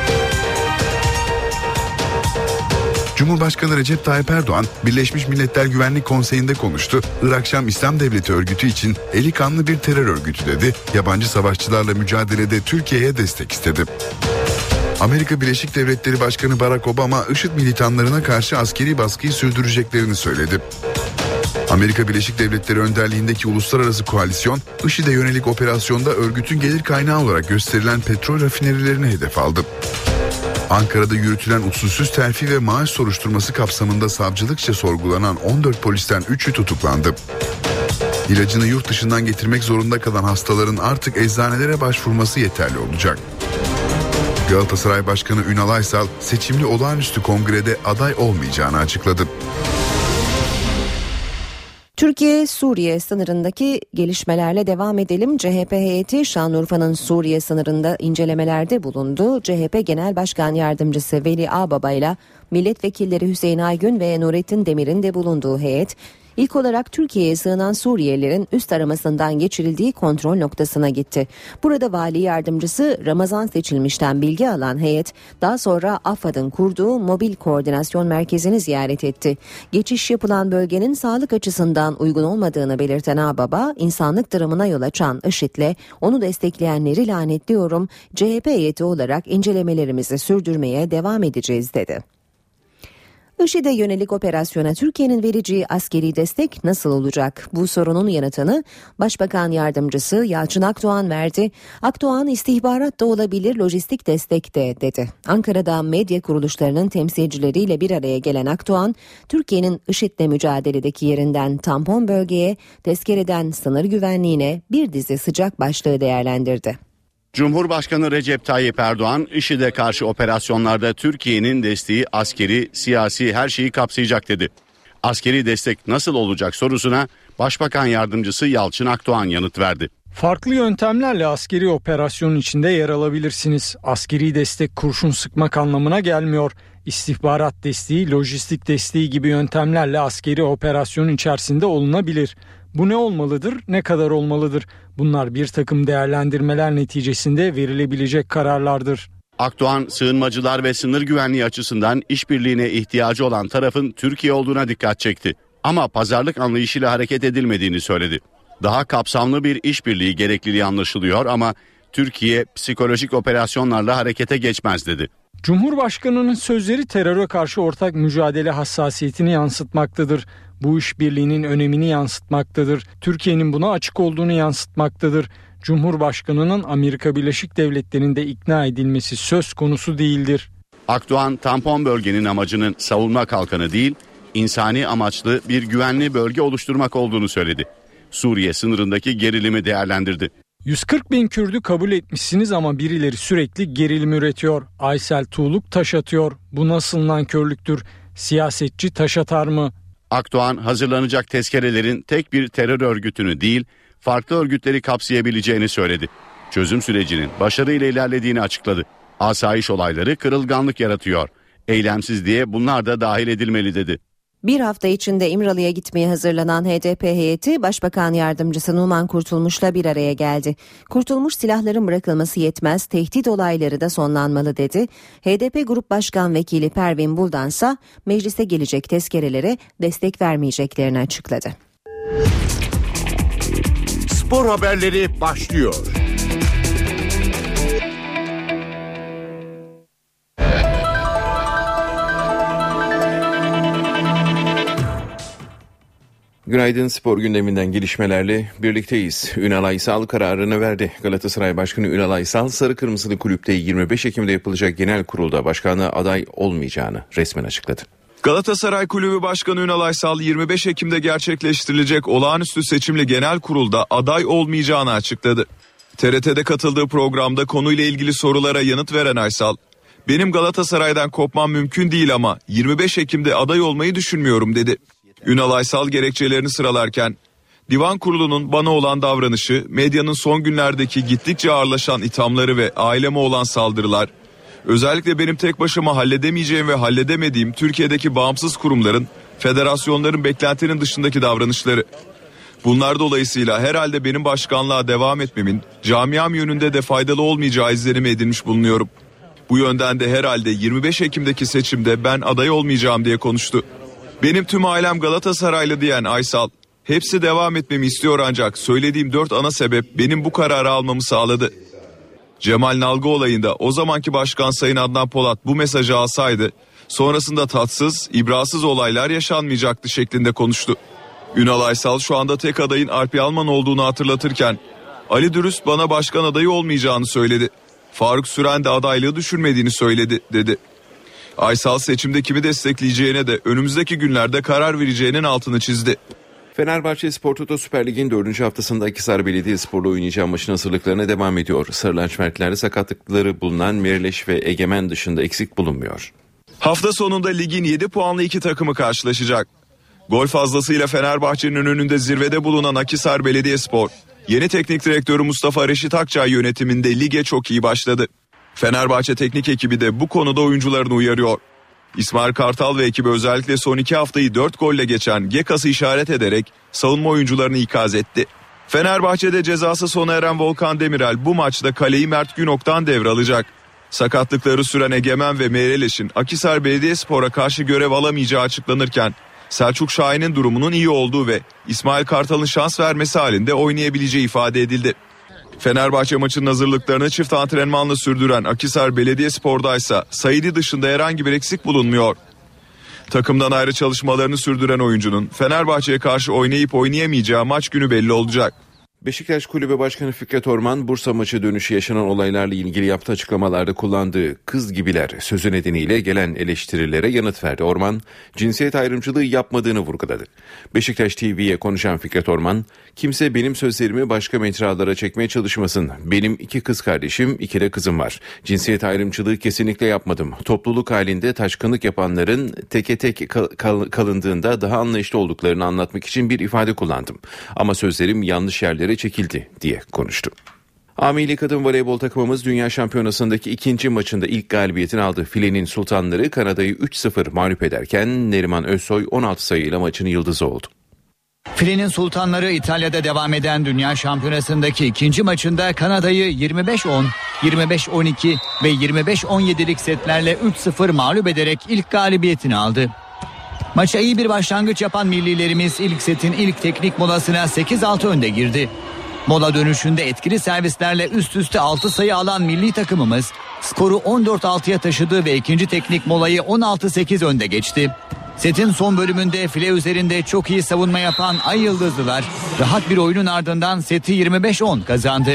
Cumhurbaşkanı Recep Tayyip Erdoğan, Birleşmiş Milletler Güvenlik Konseyi'nde konuştu. Irak Şam İslam Devleti örgütü için eli kanlı bir terör örgütü dedi. Yabancı savaşçılarla mücadelede Türkiye'ye destek istedi. Amerika Birleşik Devletleri Başkanı Barack Obama, IŞİD militanlarına karşı askeri baskıyı sürdüreceklerini söyledi. Amerika Birleşik Devletleri önderliğindeki uluslararası koalisyon, IŞİD'e yönelik operasyonda örgütün gelir kaynağı olarak gösterilen petrol rafinerilerini hedef aldı. Ankara'da yürütülen usulsüz terfi ve maaş soruşturması kapsamında savcılıkça sorgulanan 14 polisten 3'ü tutuklandı. İlacını yurt dışından getirmek zorunda kalan hastaların artık eczanelere başvurması yeterli olacak. Galatasaray Başkanı Ünal Aysal seçimli olağanüstü kongrede aday olmayacağını açıkladı. Türkiye-Suriye sınırındaki gelişmelerle devam edelim. CHP heyeti Şanlıurfa'nın Suriye sınırında incelemelerde bulundu. CHP Genel Başkan Yardımcısı Veli Ağbaba ile milletvekilleri Hüseyin Aygün ve Nurettin Demir'in de bulunduğu heyet, İlk olarak Türkiye'ye sığınan Suriyelilerin üst aramasından geçirildiği kontrol noktasına gitti. Burada vali yardımcısı Ramazan Seçilmiş'ten bilgi alan heyet daha sonra AFAD'ın kurduğu mobil koordinasyon merkezini ziyaret etti. Geçiş yapılan bölgenin sağlık açısından uygun olmadığını belirten Ağbaba, insanlık dramına yol açan IŞİD'le onu destekleyenleri lanetliyorum. CHP heyeti olarak incelemelerimizi sürdürmeye devam edeceğiz dedi. IŞİD'e yönelik operasyona Türkiye'nin vereceği askeri destek nasıl olacak? Bu sorunun yanıtını Başbakan Yardımcısı Yalçın Akdoğan verdi. Akdoğan istihbarat da olabilir, lojistik destek de dedi. Ankara'da medya kuruluşlarının temsilcileriyle bir araya gelen Akdoğan, Türkiye'nin IŞİD'le mücadeledeki yerinden tampon bölgeye, tezkereden sınır güvenliğine bir dizi sıcak başlığı değerlendirdi. Cumhurbaşkanı Recep Tayyip Erdoğan, IŞİD'e karşı operasyonlarda Türkiye'nin desteği askeri, siyasi her şeyi kapsayacak dedi. Askeri destek nasıl olacak sorusuna Başbakan Yardımcısı Yalçın Akdoğan yanıt verdi. Farklı yöntemlerle askeri operasyonun içinde yer alabilirsiniz. Askeri destek kurşun sıkmak anlamına gelmiyor. İstihbarat desteği, lojistik desteği gibi yöntemlerle askeri operasyonun içerisinde olunabilir. Bu ne olmalıdır, ne kadar olmalıdır? Bunlar bir takım değerlendirmeler neticesinde verilebilecek kararlardır. Akdoğan, sığınmacılar ve sınır güvenliği açısından işbirliğine ihtiyacı olan tarafın Türkiye olduğuna dikkat çekti. Ama pazarlık anlayışıyla hareket edilmediğini söyledi. Daha kapsamlı bir işbirliği gerekliliği anlaşılıyor ama Türkiye psikolojik operasyonlarla harekete geçmez dedi. Cumhurbaşkanının sözleri teröre karşı ortak mücadele hassasiyetini yansıtmaktadır. Bu işbirliğinin önemini yansıtmaktadır. Türkiye'nin buna açık olduğunu yansıtmaktadır. Cumhurbaşkanının Amerika Birleşik Devletleri'nde ikna edilmesi söz konusu değildir. Akdoğan tampon bölgenin amacının savunma kalkanı değil, insani amaçlı bir güvenli bölge oluşturmak olduğunu söyledi. Suriye sınırındaki gerilimi değerlendirdi. 140 bin Kürdü kabul etmişsiniz ama birileri sürekli gerilim üretiyor. Aysel Tuğluk taş atıyor. Bu nasıl nankörlüktür? Siyasetçi taş atar mı? Akdoğan hazırlanacak tezkerelerin tek bir terör örgütünü değil, farklı örgütleri kapsayabileceğini söyledi. Çözüm sürecinin başarıyla ilerlediğini açıkladı. Asayiş olayları kırılganlık yaratıyor. Eylemsizliğe bunlar da dahil edilmeli dedi. Bir hafta içinde İmralı'ya gitmeye hazırlanan HDP heyeti Başbakan Yardımcısı Numan Kurtulmuş'la bir araya geldi. Kurtulmuş silahların bırakılması yetmez, tehdit olayları da sonlanmalı dedi. HDP Grup Başkan Vekili Pervin Buldansa meclise gelecek tezkerelere destek vermeyeceklerini açıkladı. Spor haberleri başlıyor. Günaydın, spor gündeminden gelişmelerle birlikteyiz. Ünal Aysal kararını verdi. Galatasaray Başkanı Ünal Aysal, Sarı Kırmızılı Kulüpte 25 Ekim'de yapılacak genel kurulda başkanlığa aday olmayacağını resmen açıkladı. Galatasaray Kulübü Başkanı Ünal Aysal 25 Ekim'de gerçekleştirilecek olağanüstü seçimli genel kurulda aday olmayacağını açıkladı. TRT'de katıldığı programda konuyla ilgili sorulara yanıt veren Aysal, "Benim Galatasaray'dan kopmam mümkün değil ama 25 Ekim'de aday olmayı düşünmüyorum" dedi. Ünal Aysal gerekçelerini sıralarken, "Divan Kurulu'nun bana olan davranışı, medyanın son günlerdeki gittikçe ağırlaşan ithamları ve aileme olan saldırılar, özellikle benim tek başıma halledemeyeceğim ve halledemediğim Türkiye'deki bağımsız kurumların, federasyonların beklentinin dışındaki davranışları. Bunlar dolayısıyla herhalde benim başkanlığa devam etmemin camiam yönünde de faydalı olmayacağı izlenimi edinmiş bulunuyorum. Bu yönden de herhalde 25 Ekim'deki seçimde ben aday olmayacağım" diye konuştu. "Benim tüm ailem Galatasaraylı" diyen Aysal, "Hepsi devam etmemi istiyor ancak söylediğim 4 ana sebep benim bu kararı almamı sağladı. Cemal Nalga olayında o zamanki başkan Sayın Adnan Polat bu mesajı alsaydı, sonrasında tatsız, ibrasız olaylar yaşanmayacaktı" şeklinde konuştu. Ünal Aysal şu anda tek adayın Alp Yalman olduğunu hatırlatırken, "Ali Dürüst bana başkan adayı olmayacağını söyledi. Faruk Süren de adaylığı düşürmediğini söyledi" dedi. Aysal seçimde kimi destekleyeceğine de önümüzdeki günlerde karar vereceğinin altını çizdi. Fenerbahçe Spor Toto Süper Lig'in 4. haftasında Akhisar Belediyespor'la oynayacağı maçın hazırlıklarına devam ediyor. Sarı lacivertlerde sakatlıkları bulunan Merileş ve Egemen dışında eksik bulunmuyor. Hafta sonunda ligin 7 puanlı iki takımı karşılaşacak. Gol fazlasıyla Fenerbahçe'nin önünde zirvede bulunan Akhisar Belediyespor, yeni teknik direktörü Mustafa Reşit Akçay yönetiminde lige çok iyi başladı. Fenerbahçe teknik ekibi de bu konuda oyuncularını uyarıyor. İsmail Kartal ve ekibi özellikle son 2 haftayı 4 golle geçen Gekas'ı işaret ederek savunma oyuncularını ikaz etti. Fenerbahçe'de cezası sona eren Volkan Demirel bu maçta kaleyi Mert Günok'tan devralacak. Sakatlıkları süren Egemen ve Meyreleş'in Akhisar Belediyespor'a karşı görev alamayacağı açıklanırken, Selçuk Şahin'in durumunun iyi olduğu ve İsmail Kartal'ın şans vermesi halinde oynayabileceği ifade edildi. Fenerbahçe maçının hazırlıklarını çift antrenmanla sürdüren Akhisar Belediyespor'da ise Saidi dışında herhangi bir eksik bulunmuyor. Takımdan ayrı çalışmalarını sürdüren oyuncunun Fenerbahçe'ye karşı oynayıp oynayamayacağı maç günü belli olacak. Beşiktaş Kulübü Başkanı Fikret Orman, Bursa maçı dönüşü yaşanan olaylarla ilgili yaptığı açıklamalarda kullandığı "kız gibiler" sözü nedeniyle gelen eleştirilere yanıt verdi. Orman, cinsiyet ayrımcılığı yapmadığını vurguladı. Beşiktaş TV'ye konuşan Fikret Orman, "Kimse benim sözlerimi başka mecralara çekmeye çalışmasın. Benim 2 kız kardeşim, 2 de kızım var. Cinsiyet ayrımcılığı kesinlikle yapmadım. Topluluk halinde taşkınlık yapanların teke tek kalındığında daha anlayışlı olduklarını anlatmak için bir ifade kullandım. Ama sözlerim yanlış yerlere çekildi" diye konuştu. A Milli Kadın Voleybol takımımız Dünya Şampiyonası'ndaki 2. maçında ilk galibiyetini aldı. Filenin Sultanları Kanada'yı 3-0 mağlup ederken Neriman Özsoy 16 sayıyla maçın yıldızı oldu. Filenin Sultanları İtalya'da devam eden Dünya Şampiyonası'ndaki 2. maçında Kanada'yı 25-10, 25-12 ve 25-17'lik setlerle 3-0 mağlup ederek ilk galibiyetini aldı. Maça iyi bir başlangıç yapan millilerimiz ilk setin ilk teknik molasına 8-6 önde girdi. Mola dönüşünde etkili servislerle üst üste 6 sayı alan milli takımımız skoru 14-6'ya taşıdı ve ikinci teknik molayı 16-8 önde geçti. Setin son bölümünde file üzerinde çok iyi savunma yapan Ay Yıldızlılar rahat bir oyunun ardından seti 25-10 kazandı.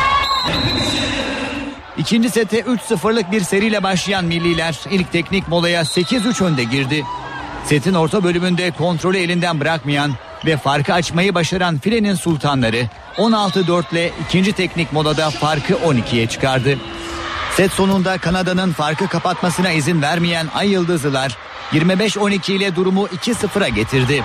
İkinci sete 3-0'lık bir seriyle başlayan milliler ilk teknik molaya 8-3 önde girdi. Setin orta bölümünde kontrolü elinden bırakmayan ve farkı açmayı başaran filenin sultanları 16-4 ile ikinci teknik molada farkı 12'ye çıkardı. Set sonunda Kanada'nın farkı kapatmasına izin vermeyen Ay Yıldızlılar 25-12 ile durumu 2-0'a getirdi.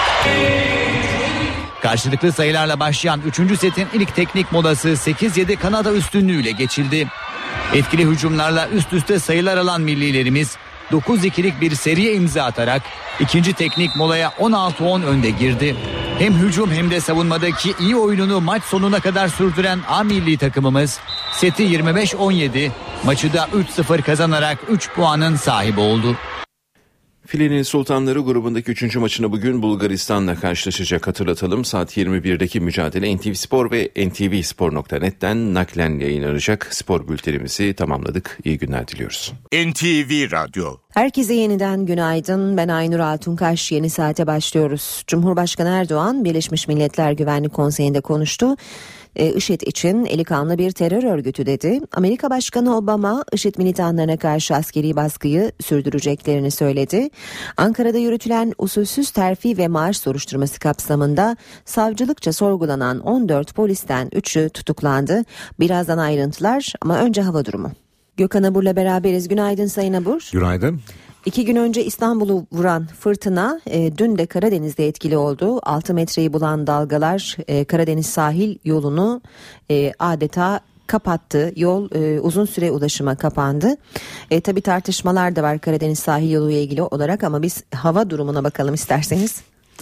Karşılıklı sayılarla başlayan 3. setin ilk teknik molası 8-7 Kanada üstünlüğüyle geçildi. Etkili hücumlarla üst üste sayılar alan millilerimiz 9-2'lik bir seriye imza atarak ikinci teknik molaya 16-10 önde girdi. Hem hücum hem de savunmadaki iyi oyununu maç sonuna kadar sürdüren A milli takımımız seti 25-17, maçı da 3-0 kazanarak 3 puanın sahibi oldu. Filenin Sultanları grubundaki 3. maçını bugün Bulgaristan'la karşılaşacak, hatırlatalım. Saat 21'deki mücadele NTV Spor ve ntvspor.net'ten naklen yayınlanacak. Spor bültenimizi tamamladık. İyi günler diliyoruz. NTV Radyo. Herkese yeniden günaydın. Ben Aynur Altunkaş. Yeni saate başlıyoruz. Cumhurbaşkanı Erdoğan Birleşmiş Milletler Güvenlik Konseyi'nde konuştu. IŞİD için eli kanlı bir terör örgütü dedi. Amerika Başkanı Obama IŞİD militanlarına karşı askeri baskıyı sürdüreceklerini söyledi. Ankara'da yürütülen usulsüz terfi ve maaş soruşturması kapsamında savcılıkça sorgulanan 14 polisten 3'ü tutuklandı. Birazdan ayrıntılar ama önce hava durumu. Gökhan Abur'la beraberiz. Günaydın Sayın Abur. Günaydın. 2 gün önce İstanbul'u vuran fırtına dün de Karadeniz'de etkili oldu. 6 metreyi bulan dalgalar Karadeniz sahil yolunu adeta kapattı. Yol uzun süre ulaşıma kapandı. Tabii tartışmalar da var Karadeniz sahil yoluyla ilgili olarak ama biz hava durumuna bakalım isterseniz.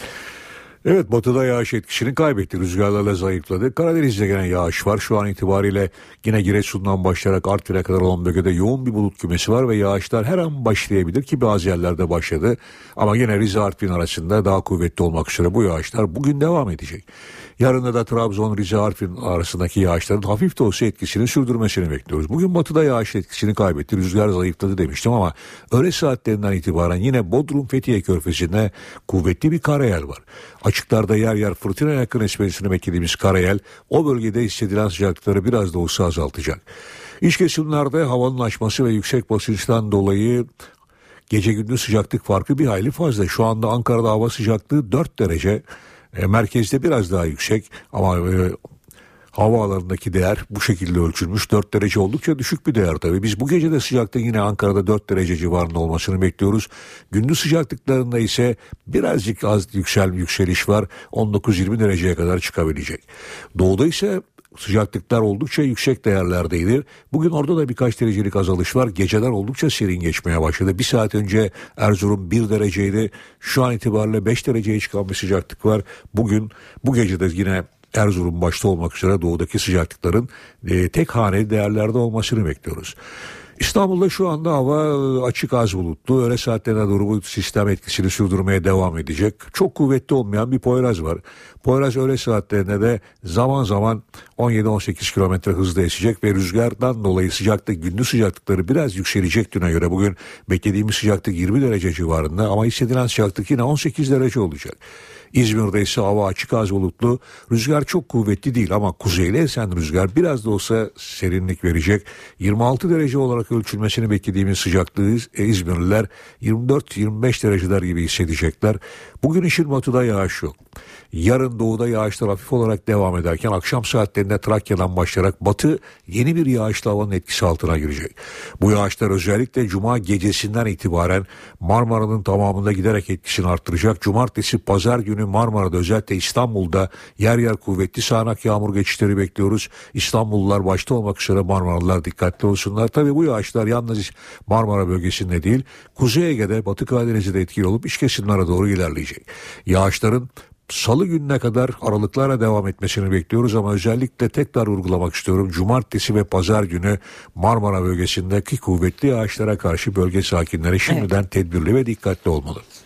Evet, batıda yağış etkisini kaybetti. Rüzgarlarla zayıfladı. Karadeniz'de gelen yağış var. Şu an itibariyle yine Giresun'dan başlayarak Artvin'e kadar olan bölgede yoğun bir bulut kümesi var ve yağışlar her an başlayabilir ki bazı yerlerde başladı. Ama yine Rize Artvin arasında daha kuvvetli olmak üzere bu yağışlar bugün devam edecek. Yarın da Trabzon, Rize, Artvin arasındaki yağışların hafif de olsa etkisini sürdürmesini bekliyoruz. Bugün batıda yağış etkisini kaybetti. Rüzgar zayıfladı demiştim ama öğle saatlerinden itibaren yine Bodrum, Fethiye Körfezi'nde kuvvetli bir karayel var. Açıklarda yer yer fırtına yakın esmesini beklediğimiz karayel o bölgede hissedilen sıcaklıkları biraz da olsa azaltacak. İç kesimlerde havanın açması ve yüksek basınçtan dolayı gece gündüz sıcaklık farkı bir hayli fazla. Şu anda Ankara'da hava sıcaklığı 4 derece. Merkezde biraz daha yüksek ama havaalanındaki değer bu şekilde ölçülmüş. 4 derece oldukça düşük bir değer tabii. Biz bu gece de sıcaklığın yine Ankara'da 4 derece civarında olmasını bekliyoruz. Gündüz sıcaklıklarında ise birazcık az yükseliş var. 19-20 dereceye kadar çıkabilecek. Doğuda ise sıcaklıklar oldukça yüksek değerlerdeydi. Bugün orada da birkaç derecelik azalış var. Geceler oldukça serin geçmeye başladı. Bir saat önce Erzurum 1 dereceydi. Şu an itibariyle 5 dereceye çıkan bir sıcaklık var. Bugün bu gece de yine Erzurum başta olmak üzere doğudaki sıcaklıkların tek haneli değerlerde olmasını bekliyoruz. İstanbul'da şu anda hava açık az bulutlu. Öğle saatlerine doğru bu sistem etkisini sürdürmeye devam edecek. Çok kuvvetli olmayan bir Poyraz var. Poyraz öğle saatlerine de zaman zaman 17-18 kilometre hızla esecek ve rüzgardan dolayı gündüz sıcaklıkları biraz yükselecek düne göre. Bugün beklediğimiz sıcaklık 20 derece civarında ama hissedilen sıcaklık yine 18 derece olacak. İzmir'de ise hava açık az bulutlu. Rüzgar çok kuvvetli değil ama kuzeyli esen rüzgar biraz da olsa serinlik verecek. 26 derece olarak ölçülmesini beklediğimiz sıcaklığı İzmirliler 24-25 dereceler gibi hissedecekler. Bugün işin batıda yağış yok. Yarın doğuda yağışlar hafif olarak devam ederken akşam saatlerinde Trakya'dan başlayarak batı yeni bir yağışlı havanın etkisi altına girecek. Bu yağışlar özellikle Cuma gecesinden itibaren Marmara'nın tamamında giderek etkisini arttıracak. Cumartesi, pazar günü Marmara'da özellikle İstanbul'da yer yer kuvvetli sağanak yağmur geçişleri bekliyoruz. İstanbullular başta olmak üzere Marmaralılar dikkatli olsunlar. Tabii bu yağışlar yalnız Marmara bölgesinde değil, Kuzey Ege'de, Batı Karadeniz'de etkili olup iç kesimlere doğru ilerleyecek. Yağışların Salı gününe kadar aralıklarla devam etmesini bekliyoruz ama özellikle tekrar vurgulamak istiyorum. Cumartesi ve pazar günü Marmara bölgesindeki kuvvetli yağışlara karşı bölge sakinleri şimdiden tedbirli ve dikkatli olmalı.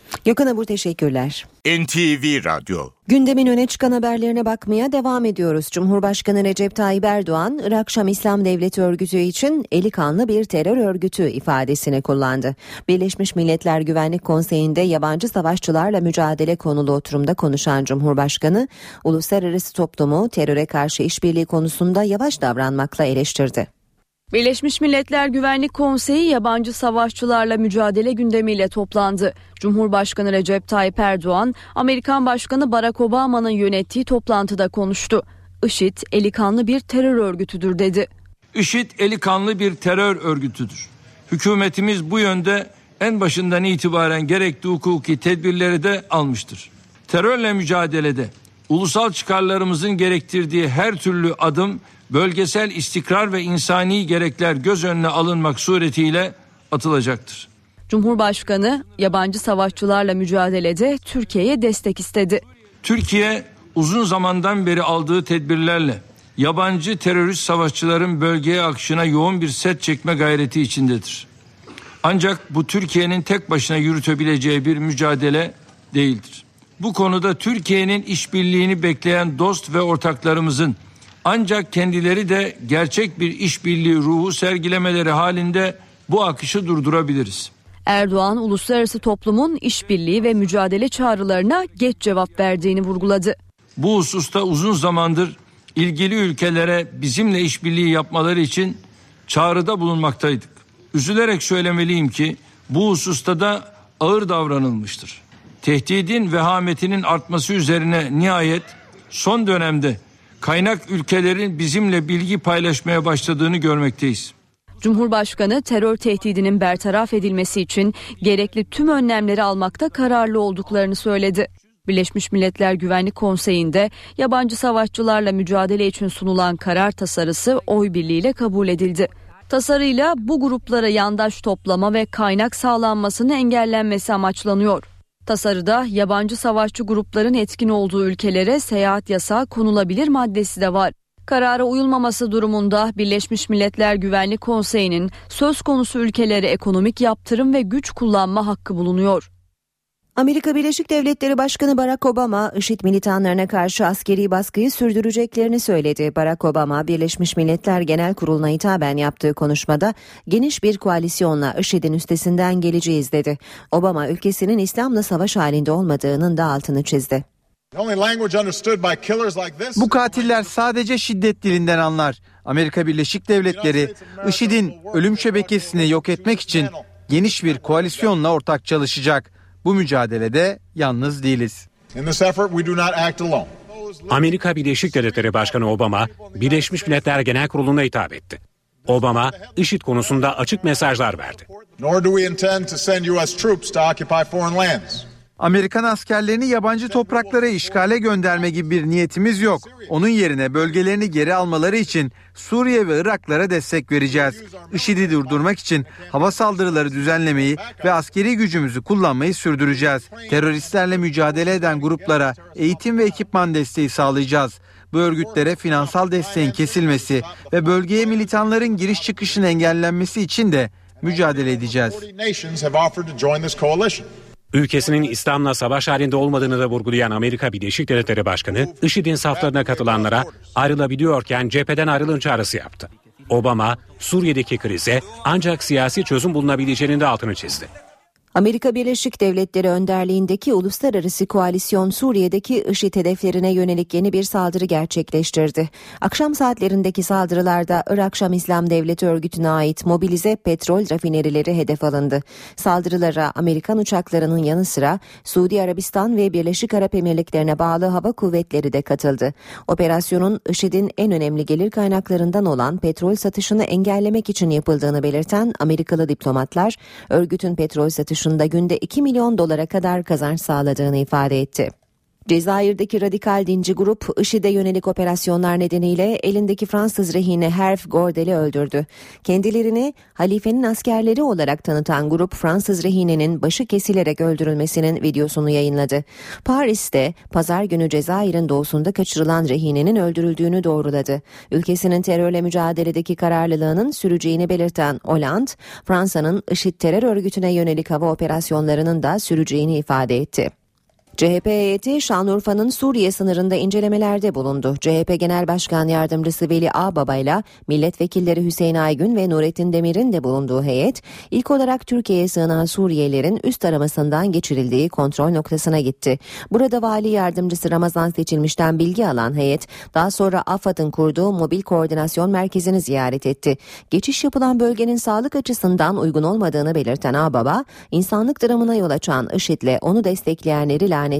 Gökhan Abur, teşekkürler. NTV Radyo. Gündemin öne çıkan haberlerine bakmaya devam ediyoruz. Cumhurbaşkanı Recep Tayyip Erdoğan, Irak Şam İslam Devleti örgütü için eli kanlı bir terör örgütü ifadesini kullandı. Birleşmiş Milletler Güvenlik Konseyi'nde yabancı savaşçılarla mücadele konulu oturumda konuşan Cumhurbaşkanı, uluslararası toplumu teröre karşı işbirliği konusunda yavaş davranmakla eleştirdi. Birleşmiş Milletler Güvenlik Konseyi yabancı savaşçılarla mücadele gündemiyle toplandı. Cumhurbaşkanı Recep Tayyip Erdoğan, Amerikan Başkanı Barack Obama'nın yönettiği toplantıda konuştu. IŞİD eli kanlı bir terör örgütüdür dedi. IŞİD eli kanlı bir terör örgütüdür. Hükümetimiz bu yönde en başından itibaren gerekli hukuki tedbirleri de almıştır. Terörle mücadelede ulusal çıkarlarımızın gerektirdiği her türlü adım bölgesel istikrar ve insani gerekler göz önüne alınmak suretiyle atılacaktır. Cumhurbaşkanı yabancı savaşçılarla mücadelede Türkiye'ye destek istedi. Türkiye uzun zamandan beri aldığı tedbirlerle yabancı terörist savaşçıların bölgeye akışına yoğun bir set çekme gayreti içindedir. Ancak bu Türkiye'nin tek başına yürütebileceği bir mücadele değildir. Bu konuda Türkiye'nin işbirliğini bekleyen dost ve ortaklarımızın ancak kendileri de gerçek bir işbirliği ruhu sergilemeleri halinde bu akışı durdurabiliriz. Erdoğan, uluslararası toplumun işbirliği ve mücadele çağrılarına geç cevap verdiğini vurguladı. Bu hususta uzun zamandır ilgili ülkelere bizimle işbirliği yapmaları için çağrıda bulunmaktaydık. Üzülerek söylemeliyim ki bu hususta da ağır davranılmıştır. Tehdidin vehametinin artması üzerine nihayet son dönemde kaynak ülkelerin bizimle bilgi paylaşmaya başladığını görmekteyiz. Cumhurbaşkanı terör tehdidinin bertaraf edilmesi için gerekli tüm önlemleri almakta kararlı olduklarını söyledi. Birleşmiş Milletler Güvenlik Konseyi'nde yabancı savaşçılarla mücadele için sunulan karar tasarısı oy birliğiyle kabul edildi. Tasarıyla bu gruplara yandaş toplama ve kaynak sağlanmasının engellenmesi amaçlanıyor. Tasarıda yabancı savaşçı grupların etkin olduğu ülkelere seyahat yasağı konulabilir maddesi de var. Karara uyulmaması durumunda Birleşmiş Milletler Güvenlik Konseyi'nin söz konusu ülkelere ekonomik yaptırım ve güç kullanma hakkı bulunuyor. Amerika Birleşik Devletleri Başkanı Barack Obama, IŞİD militanlarına karşı askeri baskıyı sürdüreceklerini söyledi. Barack Obama, Birleşmiş Milletler Genel Kurulu'na hitaben yaptığı konuşmada geniş bir koalisyonla IŞİD'in üstesinden geleceğiz dedi. Obama, ülkesinin İslam'la savaş halinde olmadığının da altını çizdi. Bu katiller sadece şiddet dilinden anlar. Amerika Birleşik Devletleri, IŞİD'in ölüm şebekesini yok etmek için geniş bir koalisyonla ortak çalışacak. Bu mücadelede yalnız değiliz. Amerika Birleşik Devletleri Başkanı Obama, Birleşmiş Milletler Genel Kurulu'na hitap etti. Obama, IŞİD konusunda açık mesajlar verdi. Amerikan askerlerini yabancı topraklara işgale gönderme gibi bir niyetimiz yok. Onun yerine bölgelerini geri almaları için Suriye ve Iraklara destek vereceğiz. IŞİD'i durdurmak için hava saldırıları düzenlemeyi ve askeri gücümüzü kullanmayı sürdüreceğiz. Teröristlerle mücadele eden gruplara eğitim ve ekipman desteği sağlayacağız. Bu örgütlere finansal desteğin kesilmesi ve bölgeye militanların giriş çıkışının engellenmesi için de mücadele edeceğiz. Ülkesinin İslam'la savaş halinde olmadığını da vurgulayan Amerika Birleşik Devletleri Başkanı, IŞİD'in saflarına katılanlara ayrılabiliyorken cepheden ayrılın çağrısı yaptı. Obama, Suriye'deki krize ancak siyasi çözüm bulunabileceğinin de altını çizdi. Amerika Birleşik Devletleri önderliğindeki uluslararası koalisyon Suriye'deki IŞİD hedeflerine yönelik yeni bir saldırı gerçekleştirdi. Akşam saatlerindeki saldırılarda Irak Şam İslam Devleti örgütüne ait mobilize petrol rafinerileri hedef alındı. Saldırılara Amerikan uçaklarının yanı sıra Suudi Arabistan ve Birleşik Arap Emirlikleri'ne bağlı hava kuvvetleri de katıldı. Operasyonun IŞİD'in en önemli gelir kaynaklarından olan petrol satışını engellemek için yapıldığını belirten Amerikalı diplomatlar, örgütün petrol satışında günde $2 milyon kadar kazanç sağladığını ifade etti. Cezayir'deki radikal dinci grup IŞİD'e yönelik operasyonlar nedeniyle elindeki Fransız rehini Herve Gordel'i öldürdü. Kendilerini halifenin askerleri olarak tanıtan grup Fransız rehinenin başı kesilerek öldürülmesinin videosunu yayınladı. Paris'te pazar günü Cezayir'in doğusunda kaçırılan rehinenin öldürüldüğünü doğruladı. Ülkesinin terörle mücadeledeki kararlılığının süreceğini belirten Hollande, Fransa'nın IŞİD terör örgütüne yönelik hava operasyonlarının da süreceğini ifade etti. CHP heyeti Şanlıurfa'nın Suriye sınırında incelemelerde bulundu. CHP Genel Başkan Yardımcısı Veli Ağbaba ile milletvekilleri Hüseyin Aygün ve Nurettin Demir'in de bulunduğu heyet, ilk olarak Türkiye'ye sığınan Suriyelilerin üst aramasından geçirildiği kontrol noktasına gitti. Burada Vali Yardımcısı Ramazan Seçilmiş'ten bilgi alan heyet, daha sonra AFAD'ın kurduğu Mobil Koordinasyon Merkezi'ni ziyaret etti. Geçiş yapılan bölgenin sağlık açısından uygun olmadığını belirten Ağbaba, insanlık dramına yol açan IŞİD'le onu destekleyenleri lanetliyorum.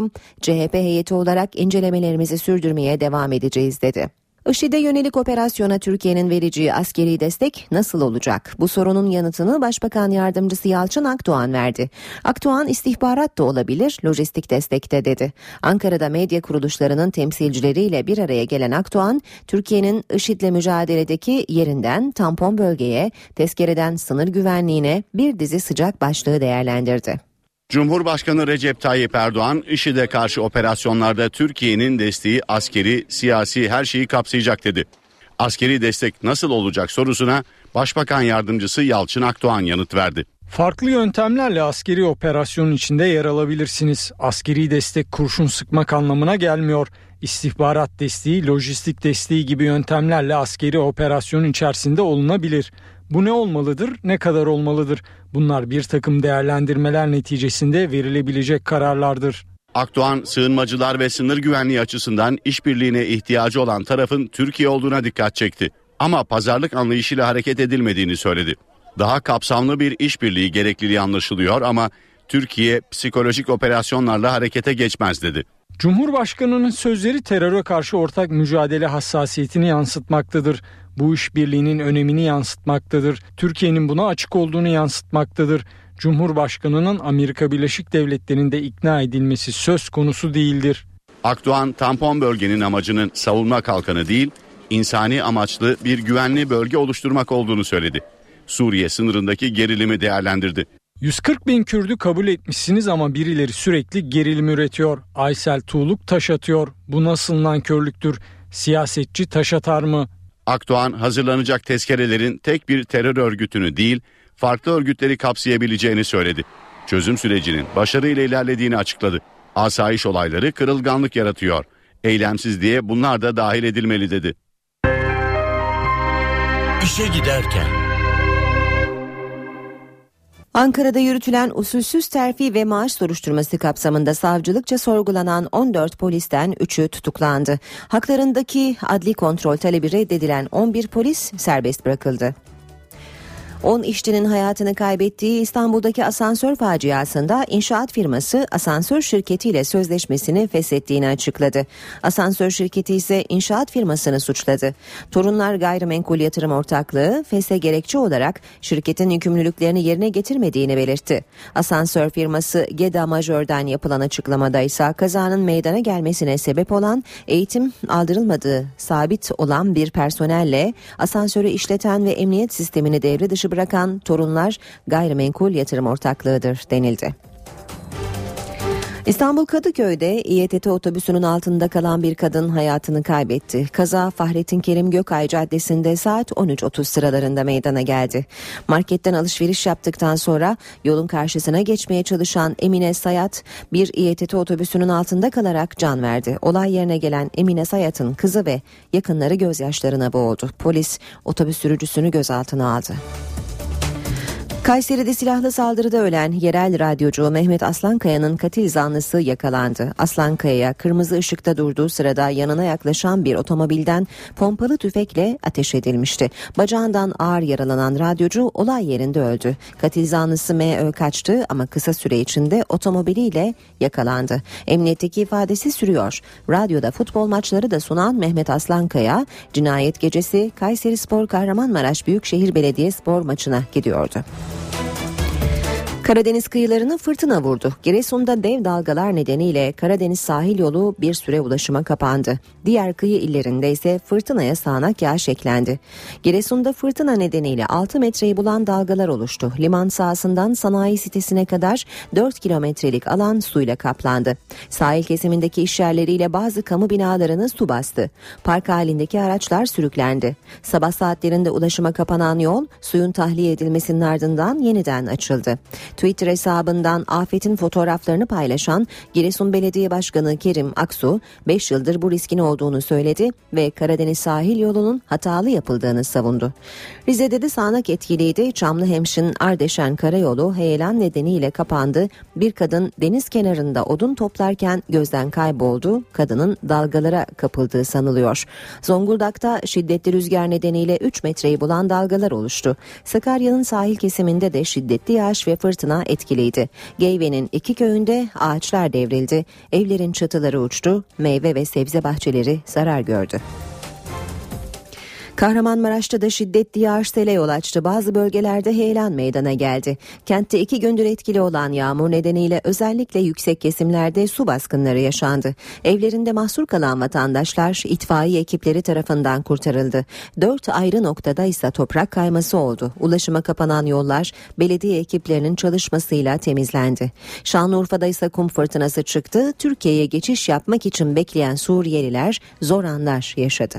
CHP heyeti olarak incelemelerimizi sürdürmeye devam edeceğiz dedi. IŞİD'e yönelik operasyona Türkiye'nin vereceği askeri destek nasıl olacak? Bu sorunun yanıtını Başbakan Yardımcısı Yalçın Akdoğan verdi. Akdoğan istihbarat da olabilir, lojistik destek de dedi. Ankara'da medya kuruluşlarının temsilcileriyle bir araya gelen Akdoğan, Türkiye'nin IŞİD'le mücadeledeki yerinden tampon bölgeye, tezkereden sınır güvenliğine bir dizi sıcak başlığı değerlendirdi. Cumhurbaşkanı Recep Tayyip Erdoğan, IŞİD'e karşı operasyonlarda Türkiye'nin desteği askeri, siyasi her şeyi kapsayacak dedi. Askeri destek nasıl olacak sorusuna Başbakan Yardımcısı Yalçın Akdoğan yanıt verdi. Farklı yöntemlerle askeri operasyonun içinde yer alabilirsiniz. Askeri destek kurşun sıkmak anlamına gelmiyor. İstihbarat desteği, lojistik desteği gibi yöntemlerle askeri operasyonun içerisinde olunabilir. Bu ne olmalıdır, ne kadar olmalıdır? Bunlar bir takım değerlendirmeler neticesinde verilebilecek kararlardır. Akdoğan, sığınmacılar ve sınır güvenliği açısından işbirliğine ihtiyacı olan tarafın Türkiye olduğuna dikkat çekti. Ama pazarlık anlayışıyla hareket edilmediğini söyledi. Daha kapsamlı bir işbirliği gerekliliği anlaşılıyor ama Türkiye psikolojik operasyonlarla harekete geçmez dedi. Cumhurbaşkanının sözleri teröre karşı ortak mücadele hassasiyetini yansıtmaktadır. Bu işbirliğinin önemini yansıtmaktadır. Türkiye'nin buna açık olduğunu yansıtmaktadır. Cumhurbaşkanının Amerika Birleşik Devletleri'nde ikna edilmesi söz konusu değildir. Akdoğan, tampon bölgenin amacının savunma kalkanı değil, insani amaçlı bir güvenli bölge oluşturmak olduğunu söyledi. Suriye sınırındaki gerilimi değerlendirdi. 140 bin Kürdü kabul etmişsiniz ama birileri sürekli gerilim üretiyor. Aysel Tuğluk taş atıyor. Bu nasıl nankörlüktür? Siyasetçi taş atar mı? Akdoğan, hazırlanacak tezkerelerin tek bir terör örgütünü değil, farklı örgütleri kapsayabileceğini söyledi. Çözüm sürecinin başarıyla ilerlediğini açıkladı. Asayiş olayları kırılganlık yaratıyor. Eylemsizliğe bunlar da dahil edilmeli dedi. İşe giderken. Ankara'da yürütülen usulsüz terfi ve maaş soruşturması kapsamında savcılıkça sorgulanan 14 polisten 3'ü tutuklandı. Haklarındaki adli kontrol talebi reddedilen 11 polis serbest bırakıldı. 10 işçinin hayatını kaybettiği İstanbul'daki asansör faciasında inşaat firması asansör şirketiyle sözleşmesini feshettiğini açıkladı. Asansör şirketi ise inşaat firmasını suçladı. Torunlar Gayrimenkul Yatırım Ortaklığı feshe gerekçe olarak şirketin yükümlülüklerini yerine getirmediğini belirtti. Asansör firması Geda Majör'den yapılan açıklamada ise kazanın meydana gelmesine sebep olan eğitim aldırılmadığı sabit olan bir personelle asansörü işleten ve emniyet sistemini devre dışı bırakan Torunlar Gayrimenkul Yatırım Ortaklığı'dır denildi. İstanbul Kadıköy'de İETT otobüsünün altında kalan bir kadın hayatını kaybetti. Kaza Fahrettin Kerim Gökay Caddesi'nde saat 13.30 sıralarında meydana geldi. Marketten alışveriş yaptıktan sonra yolun karşısına geçmeye çalışan Emine Sayat bir İETT otobüsünün altında kalarak can verdi. Olay yerine gelen Emine Sayat'ın kızı ve yakınları gözyaşlarına boğuldu. Polis otobüs sürücüsünü gözaltına aldı. Kayseri'de silahlı saldırıda ölen yerel radyocu Mehmet Aslankaya'nın katil zanlısı yakalandı. Aslankaya'ya kırmızı ışıkta durduğu sırada yanına yaklaşan bir otomobilden pompalı tüfekle ateş edilmişti. Bacağından ağır yaralanan radyocu olay yerinde öldü. Katil zanlısı M.Ö. kaçtı ama kısa süre içinde otomobiliyle yakalandı. Emniyetteki ifadesi sürüyor. Radyoda futbol maçları da sunan Mehmet Aslankaya, cinayet gecesi Kayserispor Kahramanmaraş Büyükşehir Belediyespor maçına gidiyordu. Karadeniz kıyılarını fırtına vurdu. Giresun'da dev dalgalar nedeniyle Karadeniz sahil yolu bir süre ulaşıma kapandı. Diğer kıyı illerinde ise fırtınaya sağanak yağış eklendi. Giresun'da fırtına nedeniyle 6 metreyi bulan dalgalar oluştu. Liman sahasından sanayi sitesine kadar 4 kilometrelik alan suyla kaplandı. Sahil kesimindeki işyerleriyle bazı kamu binalarını su bastı. Park halindeki araçlar sürüklendi. Sabah saatlerinde ulaşıma kapanan yol suyun tahliye edilmesinin ardından yeniden açıldı. Twitter hesabından afetin fotoğraflarını paylaşan Giresun Belediye Başkanı Kerim Aksu 5 yıldır bu riskin olduğunu söyledi ve Karadeniz sahil yolunun hatalı yapıldığını savundu. Rize'de de sağanak etkiliydi. Çamlıhemşin Ardeşen Karayolu heyelan nedeniyle kapandı. Bir kadın deniz kenarında odun toplarken gözden kayboldu. Kadının dalgalara kapıldığı sanılıyor. Zonguldak'ta şiddetli rüzgar nedeniyle 3 metreyi bulan dalgalar oluştu. Sakarya'nın sahil kesiminde de şiddetli yağış ve fırtına etkiliydi. Geyve'nin 2 köyünde ağaçlar devrildi. Evlerin çatıları uçtu. Meyve ve sebze bahçeleri zarar gördü. Kahramanmaraş'ta da şiddetli yağış sele yol açtı. Bazı bölgelerde heyelan meydana geldi. Kentte 2 gündür etkili olan yağmur nedeniyle özellikle yüksek kesimlerde su baskınları yaşandı. Evlerinde mahsur kalan vatandaşlar itfaiye ekipleri tarafından kurtarıldı. 4 ayrı noktada ise toprak kayması oldu. Ulaşıma kapanan yollar belediye ekiplerinin çalışmasıyla temizlendi. Şanlıurfa'da ise kum fırtınası çıktı. Türkiye'ye geçiş yapmak için bekleyen Suriyeliler zor anlar yaşadı.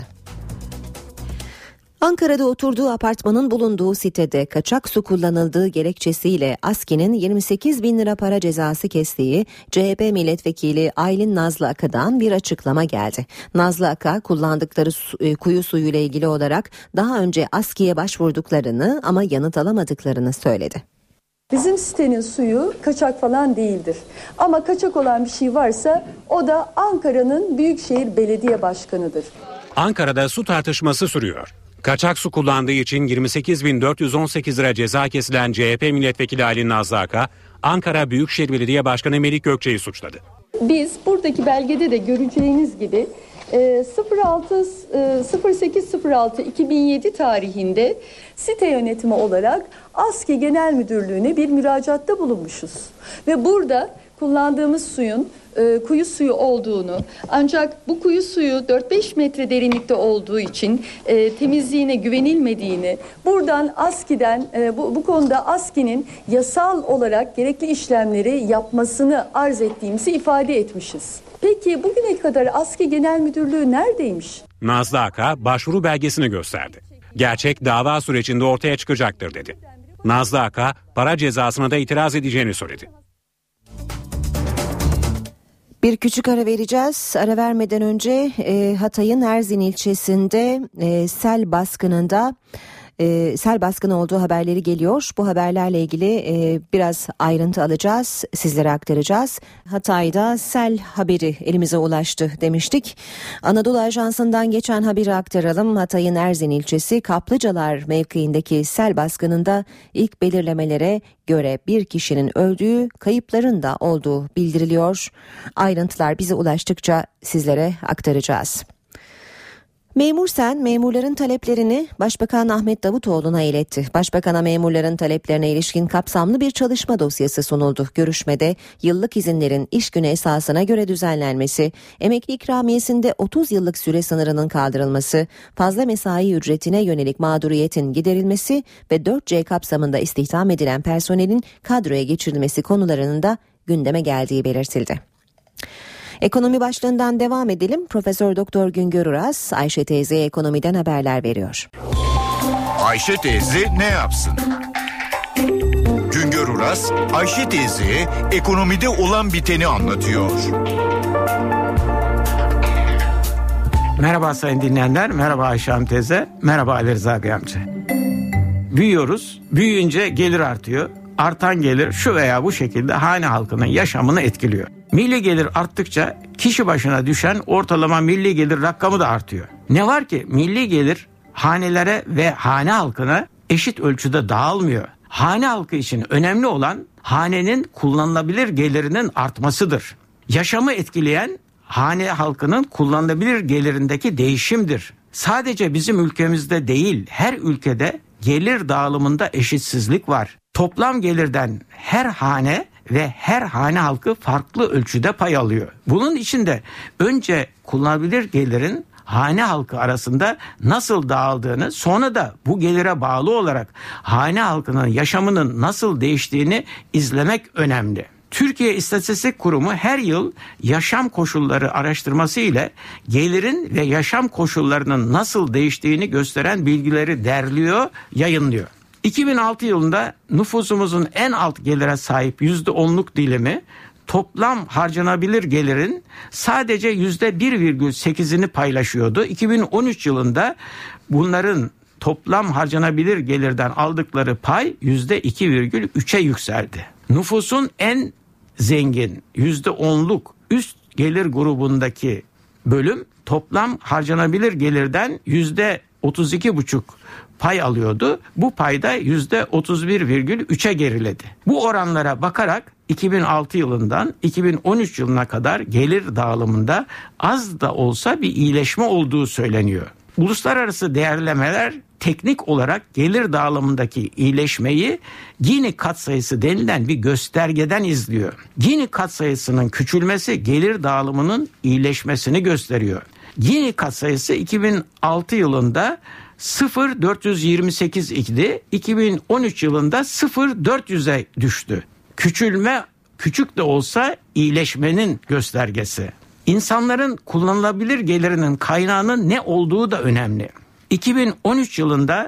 Ankara'da oturduğu apartmanın bulunduğu sitede kaçak su kullanıldığı gerekçesiyle ASKİ'nin 28 bin lira para cezası kestiği CHP milletvekili Aylin Nazlı Aka'dan bir açıklama geldi. Nazlı Aka kullandıkları kuyu suyu ile ilgili olarak daha önce ASKİ'ye başvurduklarını ama yanıt alamadıklarını söyledi. Bizim sitenin suyu kaçak falan değildir. Ama kaçak olan bir şey varsa o da Ankara'nın Büyükşehir Belediye Başkanı'dır. Ankara'da su tartışması sürüyor. Kaçak su kullandığı için 28.418 lira ceza kesilen CHP milletvekili Aylin Nazlı Aka, Ankara Büyükşehir Belediye Başkanı Melik Gökçe'yi suçladı. Biz buradaki belgede de göreceğiniz gibi 08.06.2007 tarihinde site yönetimi olarak ASKİ Genel Müdürlüğü'ne bir müracaatta bulunmuşuz. Ve burada kullandığımız suyun kuyu suyu olduğunu, ancak bu kuyu suyu 4-5 metre derinlikte olduğu için temizliğine güvenilmediğini, buradan ASKİ'den bu konuda ASKİ'nin yasal olarak gerekli işlemleri yapmasını arz ettiğimizi ifade etmişiz. Peki bugüne kadar ASKİ Genel Müdürlüğü neredeymiş? Nazlı Aka başvuru belgesini gösterdi. Gerçek dava sürecinde ortaya çıkacaktır dedi. Nazlı Aka para cezasına da itiraz edeceğini söyledi. Bir küçük ara vereceğiz. Ara vermeden önce Hatay'ın Erzin ilçesinde sel baskını olduğu haberleri geliyor. Bu haberlerle ilgili biraz ayrıntı alacağız, sizlere aktaracağız. Hatay'da sel haberi elimize ulaştı demiştik. Anadolu Ajansı'ndan geçen haberi aktaralım. Hatay'ın Erzin ilçesi Kaplıcalar mevkiindeki sel baskınında ilk belirlemelere göre bir kişinin öldüğü, kayıpların da olduğu bildiriliyor. Ayrıntılar bize ulaştıkça sizlere aktaracağız. Memur Sen, memurların taleplerini Başbakan Ahmet Davutoğlu'na iletti. Başbakan'a memurların taleplerine ilişkin kapsamlı bir çalışma dosyası sunuldu. Görüşmede yıllık izinlerin iş günü esasına göre düzenlenmesi, emekli ikramiyesinde 30 yıllık süre sınırının kaldırılması, fazla mesai ücretine yönelik mağduriyetin giderilmesi ve 4C kapsamında istihdam edilen personelin kadroya geçirilmesi konularının da gündeme geldiği belirtildi. Ekonomi başlığından devam edelim. Profesör Doktor Güngör Uras, Ayşe teyze ekonomiden haberler veriyor. Ayşe teyze ne yapsın? Güngör Uras, Ayşe teyze ekonomide olan biteni anlatıyor. Merhaba sayın dinleyenler, merhaba Ayşe Hanım teyze, merhaba Ali Rıza Bey amca. Büyüyoruz, büyüyünce gelir artıyor. Artan gelir şu veya bu şekilde hane halkının yaşamını etkiliyor. Milli gelir arttıkça kişi başına düşen ortalama milli gelir rakamı da artıyor. Ne var ki milli gelir hanelere ve hane halkına eşit ölçüde dağılmıyor. Hane halkı için önemli olan hanenin kullanılabilir gelirinin artmasıdır. Yaşamı etkileyen hane halkının kullanılabilir gelirindeki değişimdir. Sadece bizim ülkemizde değil, her ülkede gelir dağılımında eşitsizlik var. Toplam gelirden her hane ve her hane halkı farklı ölçüde pay alıyor. Bunun içinde önce kullanılabilir gelirin hane halkı arasında nasıl dağıldığını, sonra da bu gelire bağlı olarak hane halkının yaşamının nasıl değiştiğini izlemek önemli. Türkiye İstatistik Kurumu her yıl yaşam koşulları araştırması ile gelirin ve yaşam koşullarının nasıl değiştiğini gösteren bilgileri derliyor, yayınlıyor. 2006 yılında nüfusumuzun en alt gelire sahip %10'luk dilimi toplam harcanabilir gelirin sadece %1,8'ini paylaşıyordu. 2013 yılında bunların toplam harcanabilir gelirden aldıkları pay %2,3'e yükseldi. Nüfusun en zengin %10'luk üst gelir grubundaki bölüm toplam harcanabilir gelirden %32,5 pay alıyordu. Bu payda %31,3'e geriledi. Bu oranlara bakarak 2006 yılından 2013 yılına kadar gelir dağılımında az da olsa bir iyileşme olduğu söyleniyor. Uluslararası değerlemeler teknik olarak gelir dağılımındaki iyileşmeyi Gini katsayısı denilen bir göstergeden izliyor. Gini katsayısının küçülmesi gelir dağılımının iyileşmesini gösteriyor. Gini katsayısı 2006 yılında 0,428 idi. 2013 yılında 0,400'e düştü. Küçülme küçük de olsa iyileşmenin göstergesi. İnsanların kullanılabilir gelirinin kaynağının ne olduğu da önemli. 2013 yılında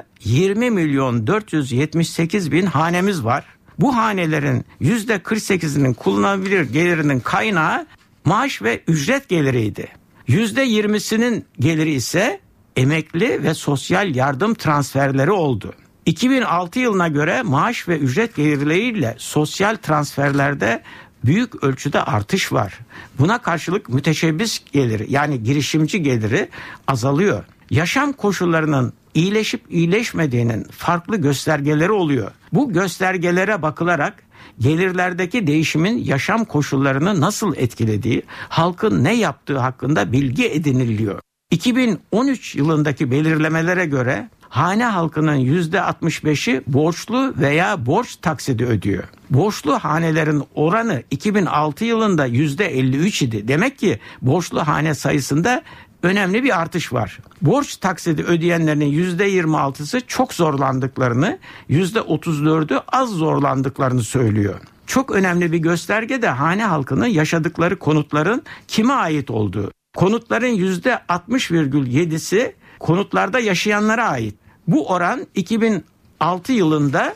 20.478.000 hanemiz var. Bu hanelerin %48'inin kullanılabilir gelirinin kaynağı maaş ve ücret geliriydi. %20'sinin geliri ise emekli ve sosyal yardım transferleri oldu. 2006 yılına göre maaş ve ücret gelirleriyle sosyal transferlerde büyük ölçüde artış var. Buna karşılık müteşebbis geliri yani girişimci geliri azalıyor. Yaşam koşullarının iyileşip iyileşmediğinin farklı göstergeleri oluyor. Bu göstergelere bakılarak gelirlerdeki değişimin yaşam koşullarını nasıl etkilediği, halkın ne yaptığı hakkında bilgi ediniliyor. 2013 yılındaki belirlemelere göre hane halkının %65'i borçlu veya borç taksidi ödüyor. Borçlu hanelerin oranı 2006 yılında %53 idi. Demek ki borçlu hane sayısında önemli bir artış var. Borç taksidi ödeyenlerin %26'sı çok zorlandıklarını, %34'ü az zorlandıklarını söylüyor. Çok önemli bir gösterge de hane halkının yaşadıkları konutların kime ait olduğu. Konutların %60,7'si konutlarda yaşayanlara ait. Bu oran 2006 yılında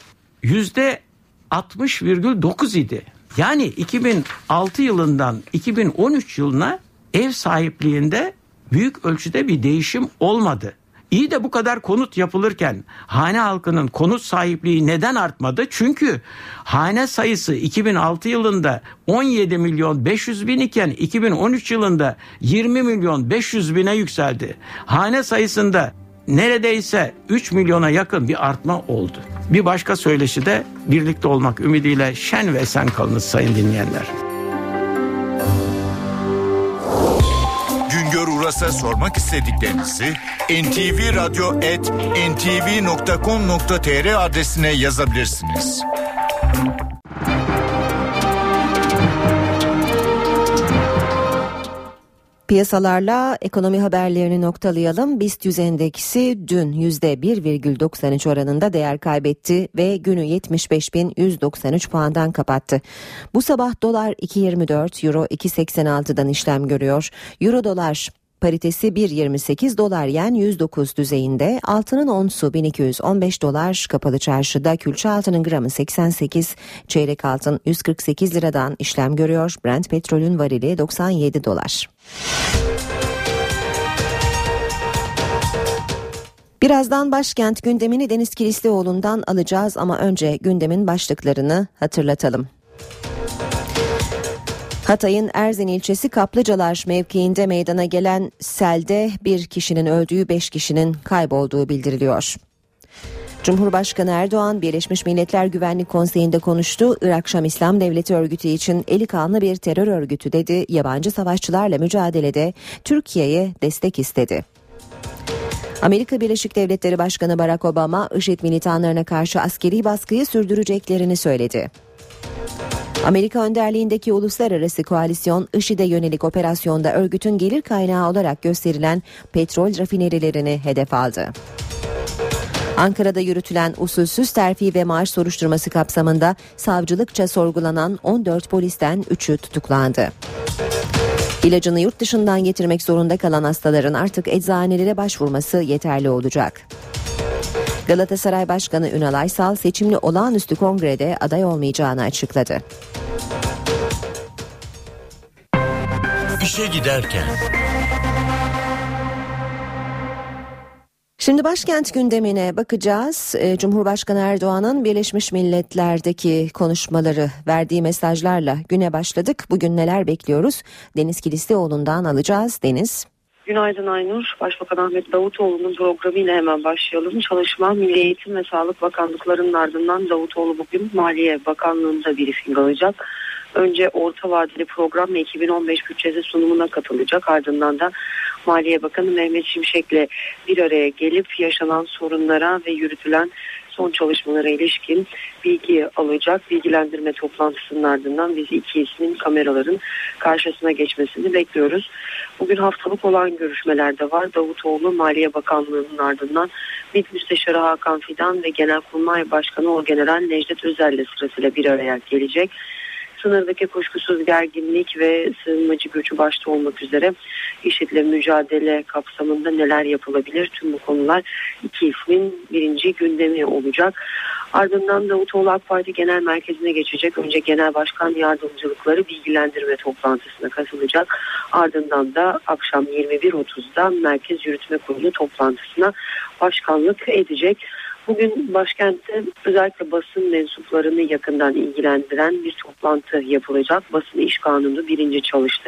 %60,9 idi. Yani 2006 yılından 2013 yılına ev sahipliğinde büyük ölçüde bir değişim olmadı. İyi de bu kadar konut yapılırken hane halkının konut sahipliği neden artmadı? Çünkü hane sayısı 2006 yılında 17.500.000 iken 2013 yılında 20.500.000'e yükseldi. Hane sayısında neredeyse 3 milyona yakın bir artma oldu. Bir başka söyleşi de birlikte olmak ümidiyle şen ve esen kalınız sayın dinleyenler. Güngör Uras'a sormak istediklerinizi ntvradyo@ntv.com.tr adresine yazabilirsiniz. Piyasalarla ekonomi haberlerini noktalayalım. BIST 100 endeksi dün %1,93 oranında değer kaybetti ve günü 75.193 puandan kapattı. Bu sabah dolar 2.24, euro 2.86'dan işlem görüyor. Euro dolar paritesi 1.28, dolar yen 109 düzeyinde. Altının onsu 1215 dolar, kapalı çarşıda külçe altının gramı 88, çeyrek altın 148 liradan işlem görüyor. Brent petrolün varili 97 dolar. Birazdan başkent gündemini Deniz Kilislioğlu'ndan alacağız ama önce gündemin başlıklarını hatırlatalım. Hatay'ın Erzin ilçesi Kaplıcalar mevkiinde meydana gelen selde bir kişinin öldüğü, 5 kişinin kaybolduğu bildiriliyor. Cumhurbaşkanı Erdoğan Birleşmiş Milletler Güvenlik Konseyi'nde konuştu. Irak Şam İslam Devleti örgütü için eli kanlı bir terör örgütü dedi. Yabancı savaşçılarla mücadelede Türkiye'ye destek istedi. Amerika Birleşik Devletleri Başkanı Barack Obama, IŞİD militanlarına karşı askeri baskıyı sürdüreceklerini söyledi. Amerika önderliğindeki uluslararası koalisyon, IŞİD'e yönelik operasyonda örgütün gelir kaynağı olarak gösterilen petrol rafinerilerini hedef aldı. Ankara'da yürütülen usulsüz terfi ve maaş soruşturması kapsamında savcılıkça sorgulanan 14 polisten 3'ü tutuklandı. İlacını yurt dışından getirmek zorunda kalan hastaların artık eczanelere başvurması yeterli olacak. Galatasaray Başkanı Ünal Aysal seçimli olağanüstü kongrede aday olmayacağını açıkladı. İşe giderken. Şimdi başkent gündemine bakacağız. Cumhurbaşkanı Erdoğan'ın Birleşmiş Milletler'deki konuşmaları, verdiği mesajlarla güne başladık. Bugün neler bekliyoruz? Deniz Kilislioğlu'ndan alacağız. Deniz. Günaydın Aynur. Başbakan Ahmet Davutoğlu'nun programıyla hemen başlayalım. Çalışma Milli Eğitim ve Sağlık Bakanlıklarının ardından Davutoğlu bugün Maliye Bakanlığı'nda briefing alacak. Önce orta vadeli program ve 2015 bütçesi sunumuna katılacak. Ardından da Maliye Bakanı Mehmet Şimşek'le bir araya gelip yaşanan sorunlara ve yürütülen son çalışmalara ilişkin bilgi alacak. Bilgilendirme toplantısının ardından biz iki ismin kameraların karşısına geçmesini bekliyoruz. Bugün haftalık olan görüşmeler de var. Davutoğlu Maliye Bakanlığı'nın ardından MİT Müsteşarı Hakan Fidan ve Genelkurmay Başkanı Orgeneral Necdet Özel'le sırasıyla bir araya gelecek. Sınırdaki kuşkusuz gerginlik ve sığınmacı göçü başta olmak üzere IŞİD'le mücadele kapsamında neler yapılabilir? Tüm bu konular iki ismin birinci gündemi olacak. Ardından Davutoğlu AK Parti Genel Merkezi'ne geçecek. Önce Genel Başkan Yardımcılıkları bilgilendirme toplantısına katılacak. Ardından da akşam 21.30'da Merkez Yürütme Kurulu toplantısına başkanlık edecek. Bugün başkentte özellikle basın mensuplarını yakından ilgilendiren bir toplantı yapılacak. Basın İş Kanunu 1.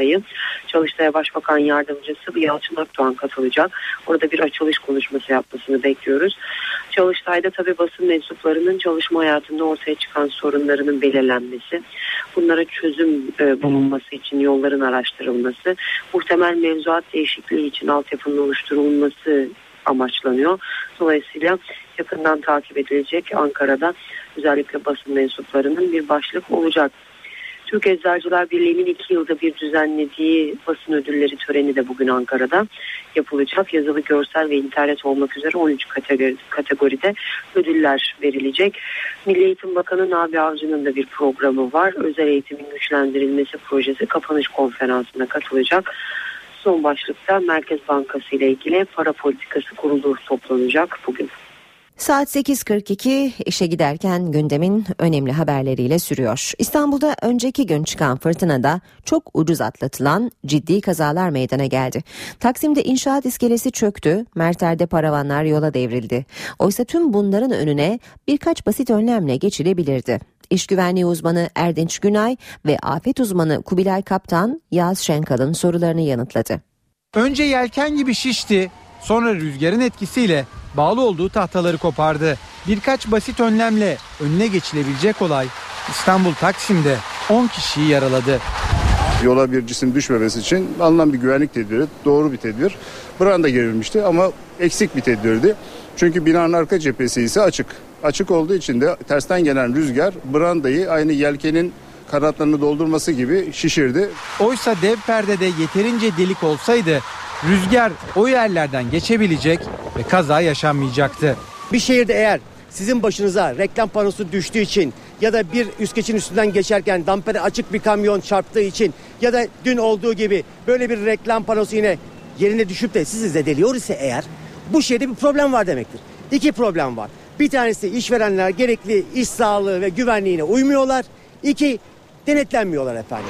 Çalıştay'a Başbakan Yardımcısı Yalçın Akdoğan katılacak. Orada bir açılış konuşması yapmasını bekliyoruz. Çalıştay'da tabii basın mensuplarının çalışma hayatında ortaya çıkan sorunlarının belirlenmesi, bunlara çözüm bulunması için yolların araştırılması, muhtemel mevzuat değişikliği için altyapının oluşturulması amaçlanıyor. Dolayısıyla yakından takip edilecek Ankara'da özellikle basın mensuplarının bir başlık olacak. Türk Eczacılar Birliği'nin 2 yılda bir düzenlediği basın ödülleri töreni de bugün Ankara'da yapılacak. Yazılı, görsel ve internet olmak üzere 13 kategoride ödüller verilecek. Milli Eğitim Bakanı Nabi Avcı'nın da bir programı var. Özel eğitimin güçlendirilmesi projesi kapanış konferansına katılacak. Son başlıkta Merkez Bankası ile ilgili para politikası kurulu toplanacak bugün. Saat 8.42 işe giderken gündemin önemli haberleriyle sürüyor. İstanbul'da önceki gün çıkan fırtınada çok ucuz atlatılan ciddi kazalar meydana geldi. Taksim'de inşaat iskelesi çöktü, Merter'de paravanlar yola devrildi. Oysa tüm bunların önüne birkaç basit önlemle geçilebilirdi. İş güvenliği uzmanı Erdinç Günay ve afet uzmanı Kubilay Kaptan Yağız Şenkal'ın sorularını yanıtladı. Önce yelken gibi şişti, sonra rüzgarın etkisiyle bağlı olduğu tahtaları kopardı. Birkaç basit önlemle önüne geçilebilecek olay İstanbul Taksim'de 10 kişiyi yaraladı. Yola bir cisim düşmemesi için alınan bir güvenlik tedbiri, doğru bir tedbir. Branda gerilmişti ama eksik bir tedbirdi. Çünkü binanın arka cephesi ise açık. Açık olduğu için de tersten gelen rüzgar brandayı aynı yelkenin kanatlarını doldurması gibi şişirdi. Oysa dev perdede yeterince delik olsaydı rüzgar o yerlerden geçebilecek ve kaza yaşanmayacaktı. Bir şehirde eğer sizin başınıza reklam panosu düştüğü için ya da bir üst geçin üstünden geçerken dampere açık bir kamyon çarptığı için ya da dün olduğu gibi böyle bir reklam panosu yine yerine düşüp de sizi zedeliyor ise eğer bu şehirde bir problem var demektir. İki problem var. Bir tanesi işverenler gerekli iş sağlığı ve güvenliğine uymuyorlar. İki, denetlenmiyorlar efendim.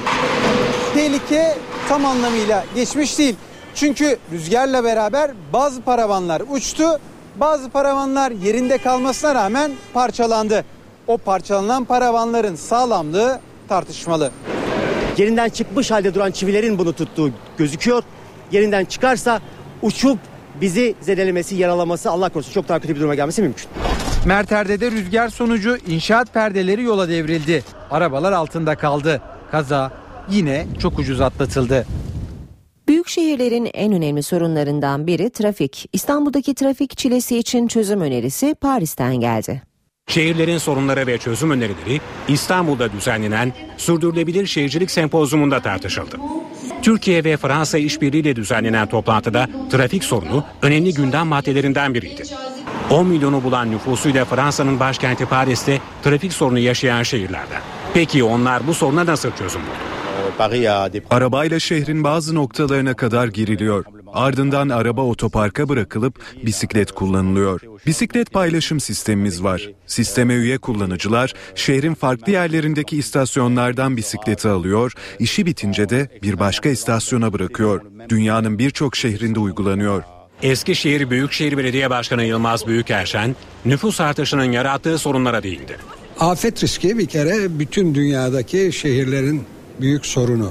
Tehlike tam anlamıyla geçmiş değil. Çünkü rüzgarla beraber bazı paravanlar uçtu, bazı paravanlar yerinde kalmasına rağmen parçalandı. O parçalanan paravanların sağlamlığı tartışmalı. Yerinden çıkmış halde duran çivilerin bunu tuttuğu gözüküyor. Yerinden çıkarsa uçup bizi zedelemesi, yaralaması, Allah korusun çok daha kötü bir duruma gelmesi mümkün. Merter'de de rüzgar sonucu inşaat perdeleri yola devrildi. Arabalar altında kaldı. Kaza yine çok ucuz atlatıldı. Büyük şehirlerin en önemli sorunlarından biri trafik. İstanbul'daki trafik çilesi için çözüm önerisi Paris'ten geldi. Şehirlerin sorunları ve çözüm önerileri İstanbul'da düzenlenen Sürdürülebilir Şehircilik Sempozyumunda tartışıldı. Türkiye ve Fransa işbirliğiyle düzenlenen toplantıda trafik sorunu önemli gündem maddelerinden biriydi. 10 milyonu bulan nüfusuyla Fransa'nın başkenti Paris'te trafik sorunu yaşayan şehirlerden. Peki onlar bu soruna nasıl çözüm buldu? Arabayla şehrin bazı noktalarına kadar giriliyor. Ardından araba otoparka bırakılıp bisiklet kullanılıyor. Bisiklet paylaşım sistemimiz var. Sisteme üye kullanıcılar şehrin farklı yerlerindeki istasyonlardan bisikleti alıyor, işi bitince de bir başka istasyona bırakıyor. Dünyanın birçok şehrinde uygulanıyor. Eskişehir Büyükşehir Belediye Başkanı Yılmaz Büyükerşen, nüfus artışının yarattığı sorunlara değindi. Afet riski bir kere bütün dünyadaki şehirlerin büyük sorunu.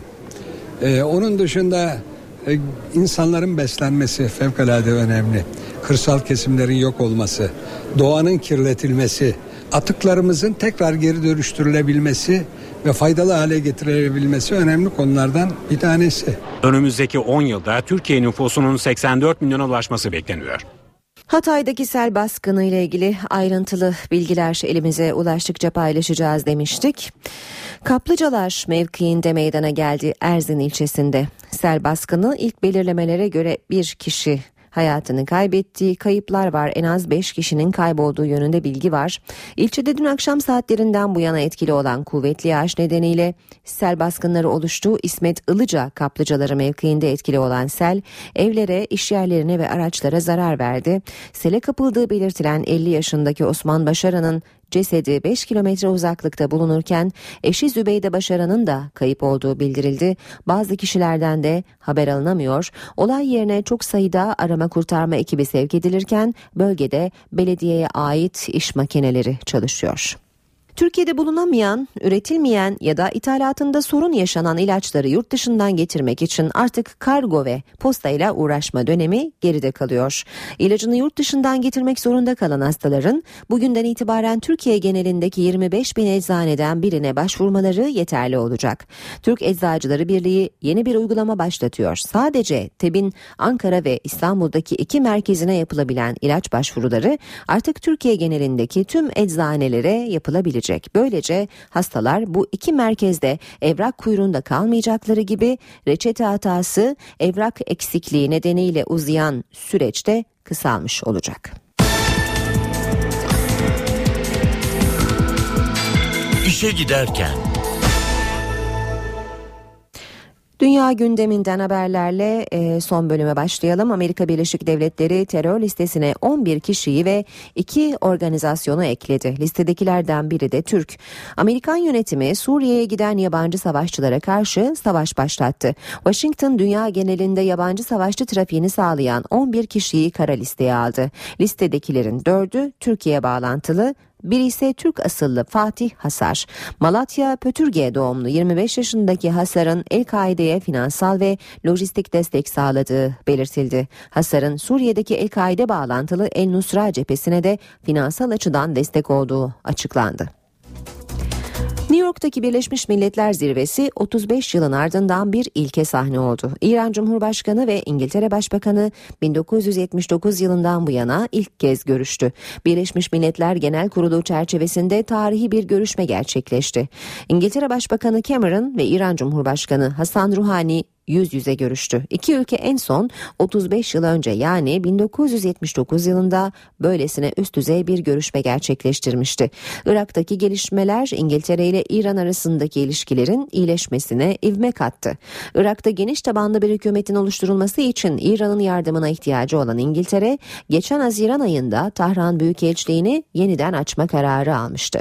Onun dışında insanların beslenmesi fevkalade önemli. Kırsal kesimlerin yok olması, doğanın kirletilmesi, atıklarımızın tekrar geri dönüştürülebilmesi ve faydalı hale getirilebilmesi önemli konulardan bir tanesi. Önümüzdeki 10 yılda Türkiye nüfusunun 84 milyona ulaşması bekleniyor. Hatay'daki sel baskını ile ilgili ayrıntılı bilgiler elimize ulaştıkça paylaşacağız demiştik. Kaplıcalar mevkiinde meydana geldi Erzin ilçesinde. Sel baskını ilk belirlemelere göre bir kişi hayatını kaybettiği, kayıplar var. En az 5 kişinin kaybolduğu yönünde bilgi var. İlçede dün akşam saatlerinden bu yana etkili olan kuvvetli yağış nedeniyle sel baskınları oluştu. İsmet Ilıca kaplıcaları mevkiinde etkili olan sel evlere, işyerlerine ve araçlara zarar verdi. Sele kapıldığı belirtilen 50 yaşındaki Osman Başaran'ın cesedi 5 kilometre uzaklıkta bulunurken eşi Zübeyde Başaran'ın da kayıp olduğu bildirildi. Bazı kişilerden de haber alınamıyor. Olay yerine çok sayıda arama kurtarma ekibi sevk edilirken bölgede belediyeye ait iş makineleri çalışıyor. Türkiye'de bulunamayan, üretilmeyen ya da ithalatında sorun yaşanan ilaçları yurt dışından getirmek için artık kargo ve postayla uğraşma dönemi geride kalıyor. İlacını yurt dışından getirmek zorunda kalan hastaların bugünden itibaren Türkiye genelindeki 25 bin eczaneden birine başvurmaları yeterli olacak. Türk Eczacıları Birliği yeni bir uygulama başlatıyor. Sadece TEB'in Ankara ve İstanbul'daki 2 merkezine yapılabilen ilaç başvuruları artık Türkiye genelindeki tüm eczanelere yapılabilecek. Böylece hastalar bu 2 merkezde evrak kuyruğunda kalmayacakları gibi reçete hatası, evrak eksikliği nedeniyle uzayan süreçte kısalmış olacak. İşe giderken. Dünya gündeminden haberlerle son bölüme başlayalım. Amerika Birleşik Devletleri terör listesine 11 kişiyi ve 2 organizasyonu ekledi. Listedekilerden biri de Türk. Amerikan yönetimi Suriye'ye giden yabancı savaşçılara karşı savaş başlattı. Washington dünya genelinde yabancı savaşçı trafiğini sağlayan 11 kişiyi kara listeye aldı. Listedekilerin 4'ü Türkiye bağlantılı. Biri ise Türk asıllı Fatih Hasar. Malatya Pötürge doğumlu 25 yaşındaki Hasar'ın El-Kaide'ye finansal ve lojistik destek sağladığı belirtildi. Hasar'ın Suriye'deki El-Kaide bağlantılı El-Nusra cephesine de finansal açıdan destek olduğu açıklandı. New York'taki Birleşmiş Milletler Zirvesi 35 yılın ardından bir ilke sahne oldu. İran Cumhurbaşkanı ve İngiltere Başbakanı 1979 yılından bu yana ilk kez görüştü. Birleşmiş Milletler Genel Kurulu çerçevesinde tarihi bir görüşme gerçekleşti. İngiltere Başbakanı Cameron ve İran Cumhurbaşkanı Hasan Ruhani yüz yüze görüştü. İki ülke en son 35 yıl önce yani 1979 yılında böylesine üst düzey bir görüşme gerçekleştirmişti. Irak'taki gelişmeler İngiltere ile İran arasındaki ilişkilerin iyileşmesine ivme kattı. Irak'ta geniş tabanlı bir hükümetin oluşturulması için İran'ın yardımına ihtiyacı olan İngiltere, geçen Haziran ayında Tahran Büyükelçiliğini yeniden açma kararı almıştı.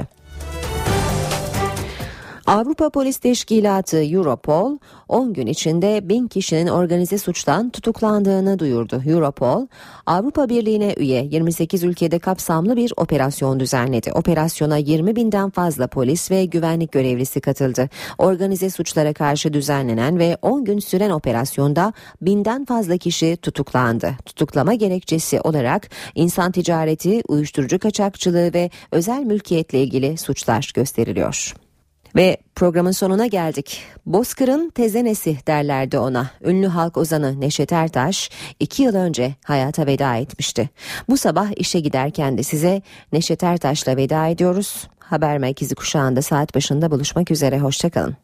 Avrupa Polis Teşkilatı Europol 10 gün içinde 1000 kişinin organize suçtan tutuklandığını duyurdu. Europol, Avrupa Birliği'ne üye 28 ülkede kapsamlı bir operasyon düzenledi. Operasyona 20.000'den fazla polis ve güvenlik görevlisi katıldı. Organize suçlara karşı düzenlenen ve 10 gün süren operasyonda 1000'den fazla kişi tutuklandı. Tutuklama gerekçesi olarak insan ticareti, uyuşturucu kaçakçılığı ve özel mülkiyetle ilgili suçlar gösteriliyor. Ve programın sonuna geldik. Bozkır'ın tezenesi derlerdi ona. Ünlü halk ozanı Neşet Ertaş 2 yıl önce hayata veda etmişti. Bu sabah işe giderken de size Neşet Ertaş'la veda ediyoruz. Haber Merkezi kuşağında saat başında buluşmak üzere. Hoşçakalın.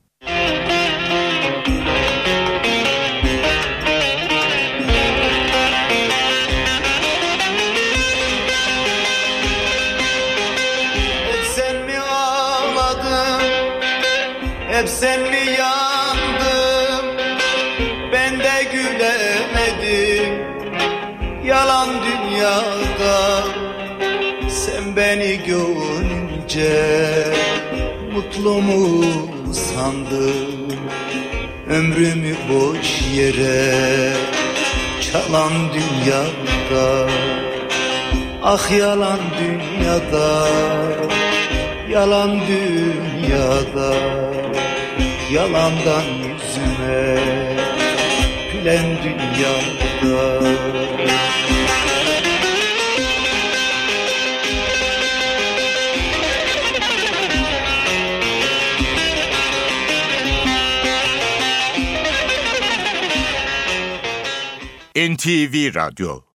Hep sen mi yandın, ben de gülemedim. Yalan dünyada, sen beni görünce mutlu mu sandın? Ömrümü boş yere çalan dünyada, ah yalan dünyada, yalan dünyada. Yalandan yüzüme gülen dünyada. NTV Radyo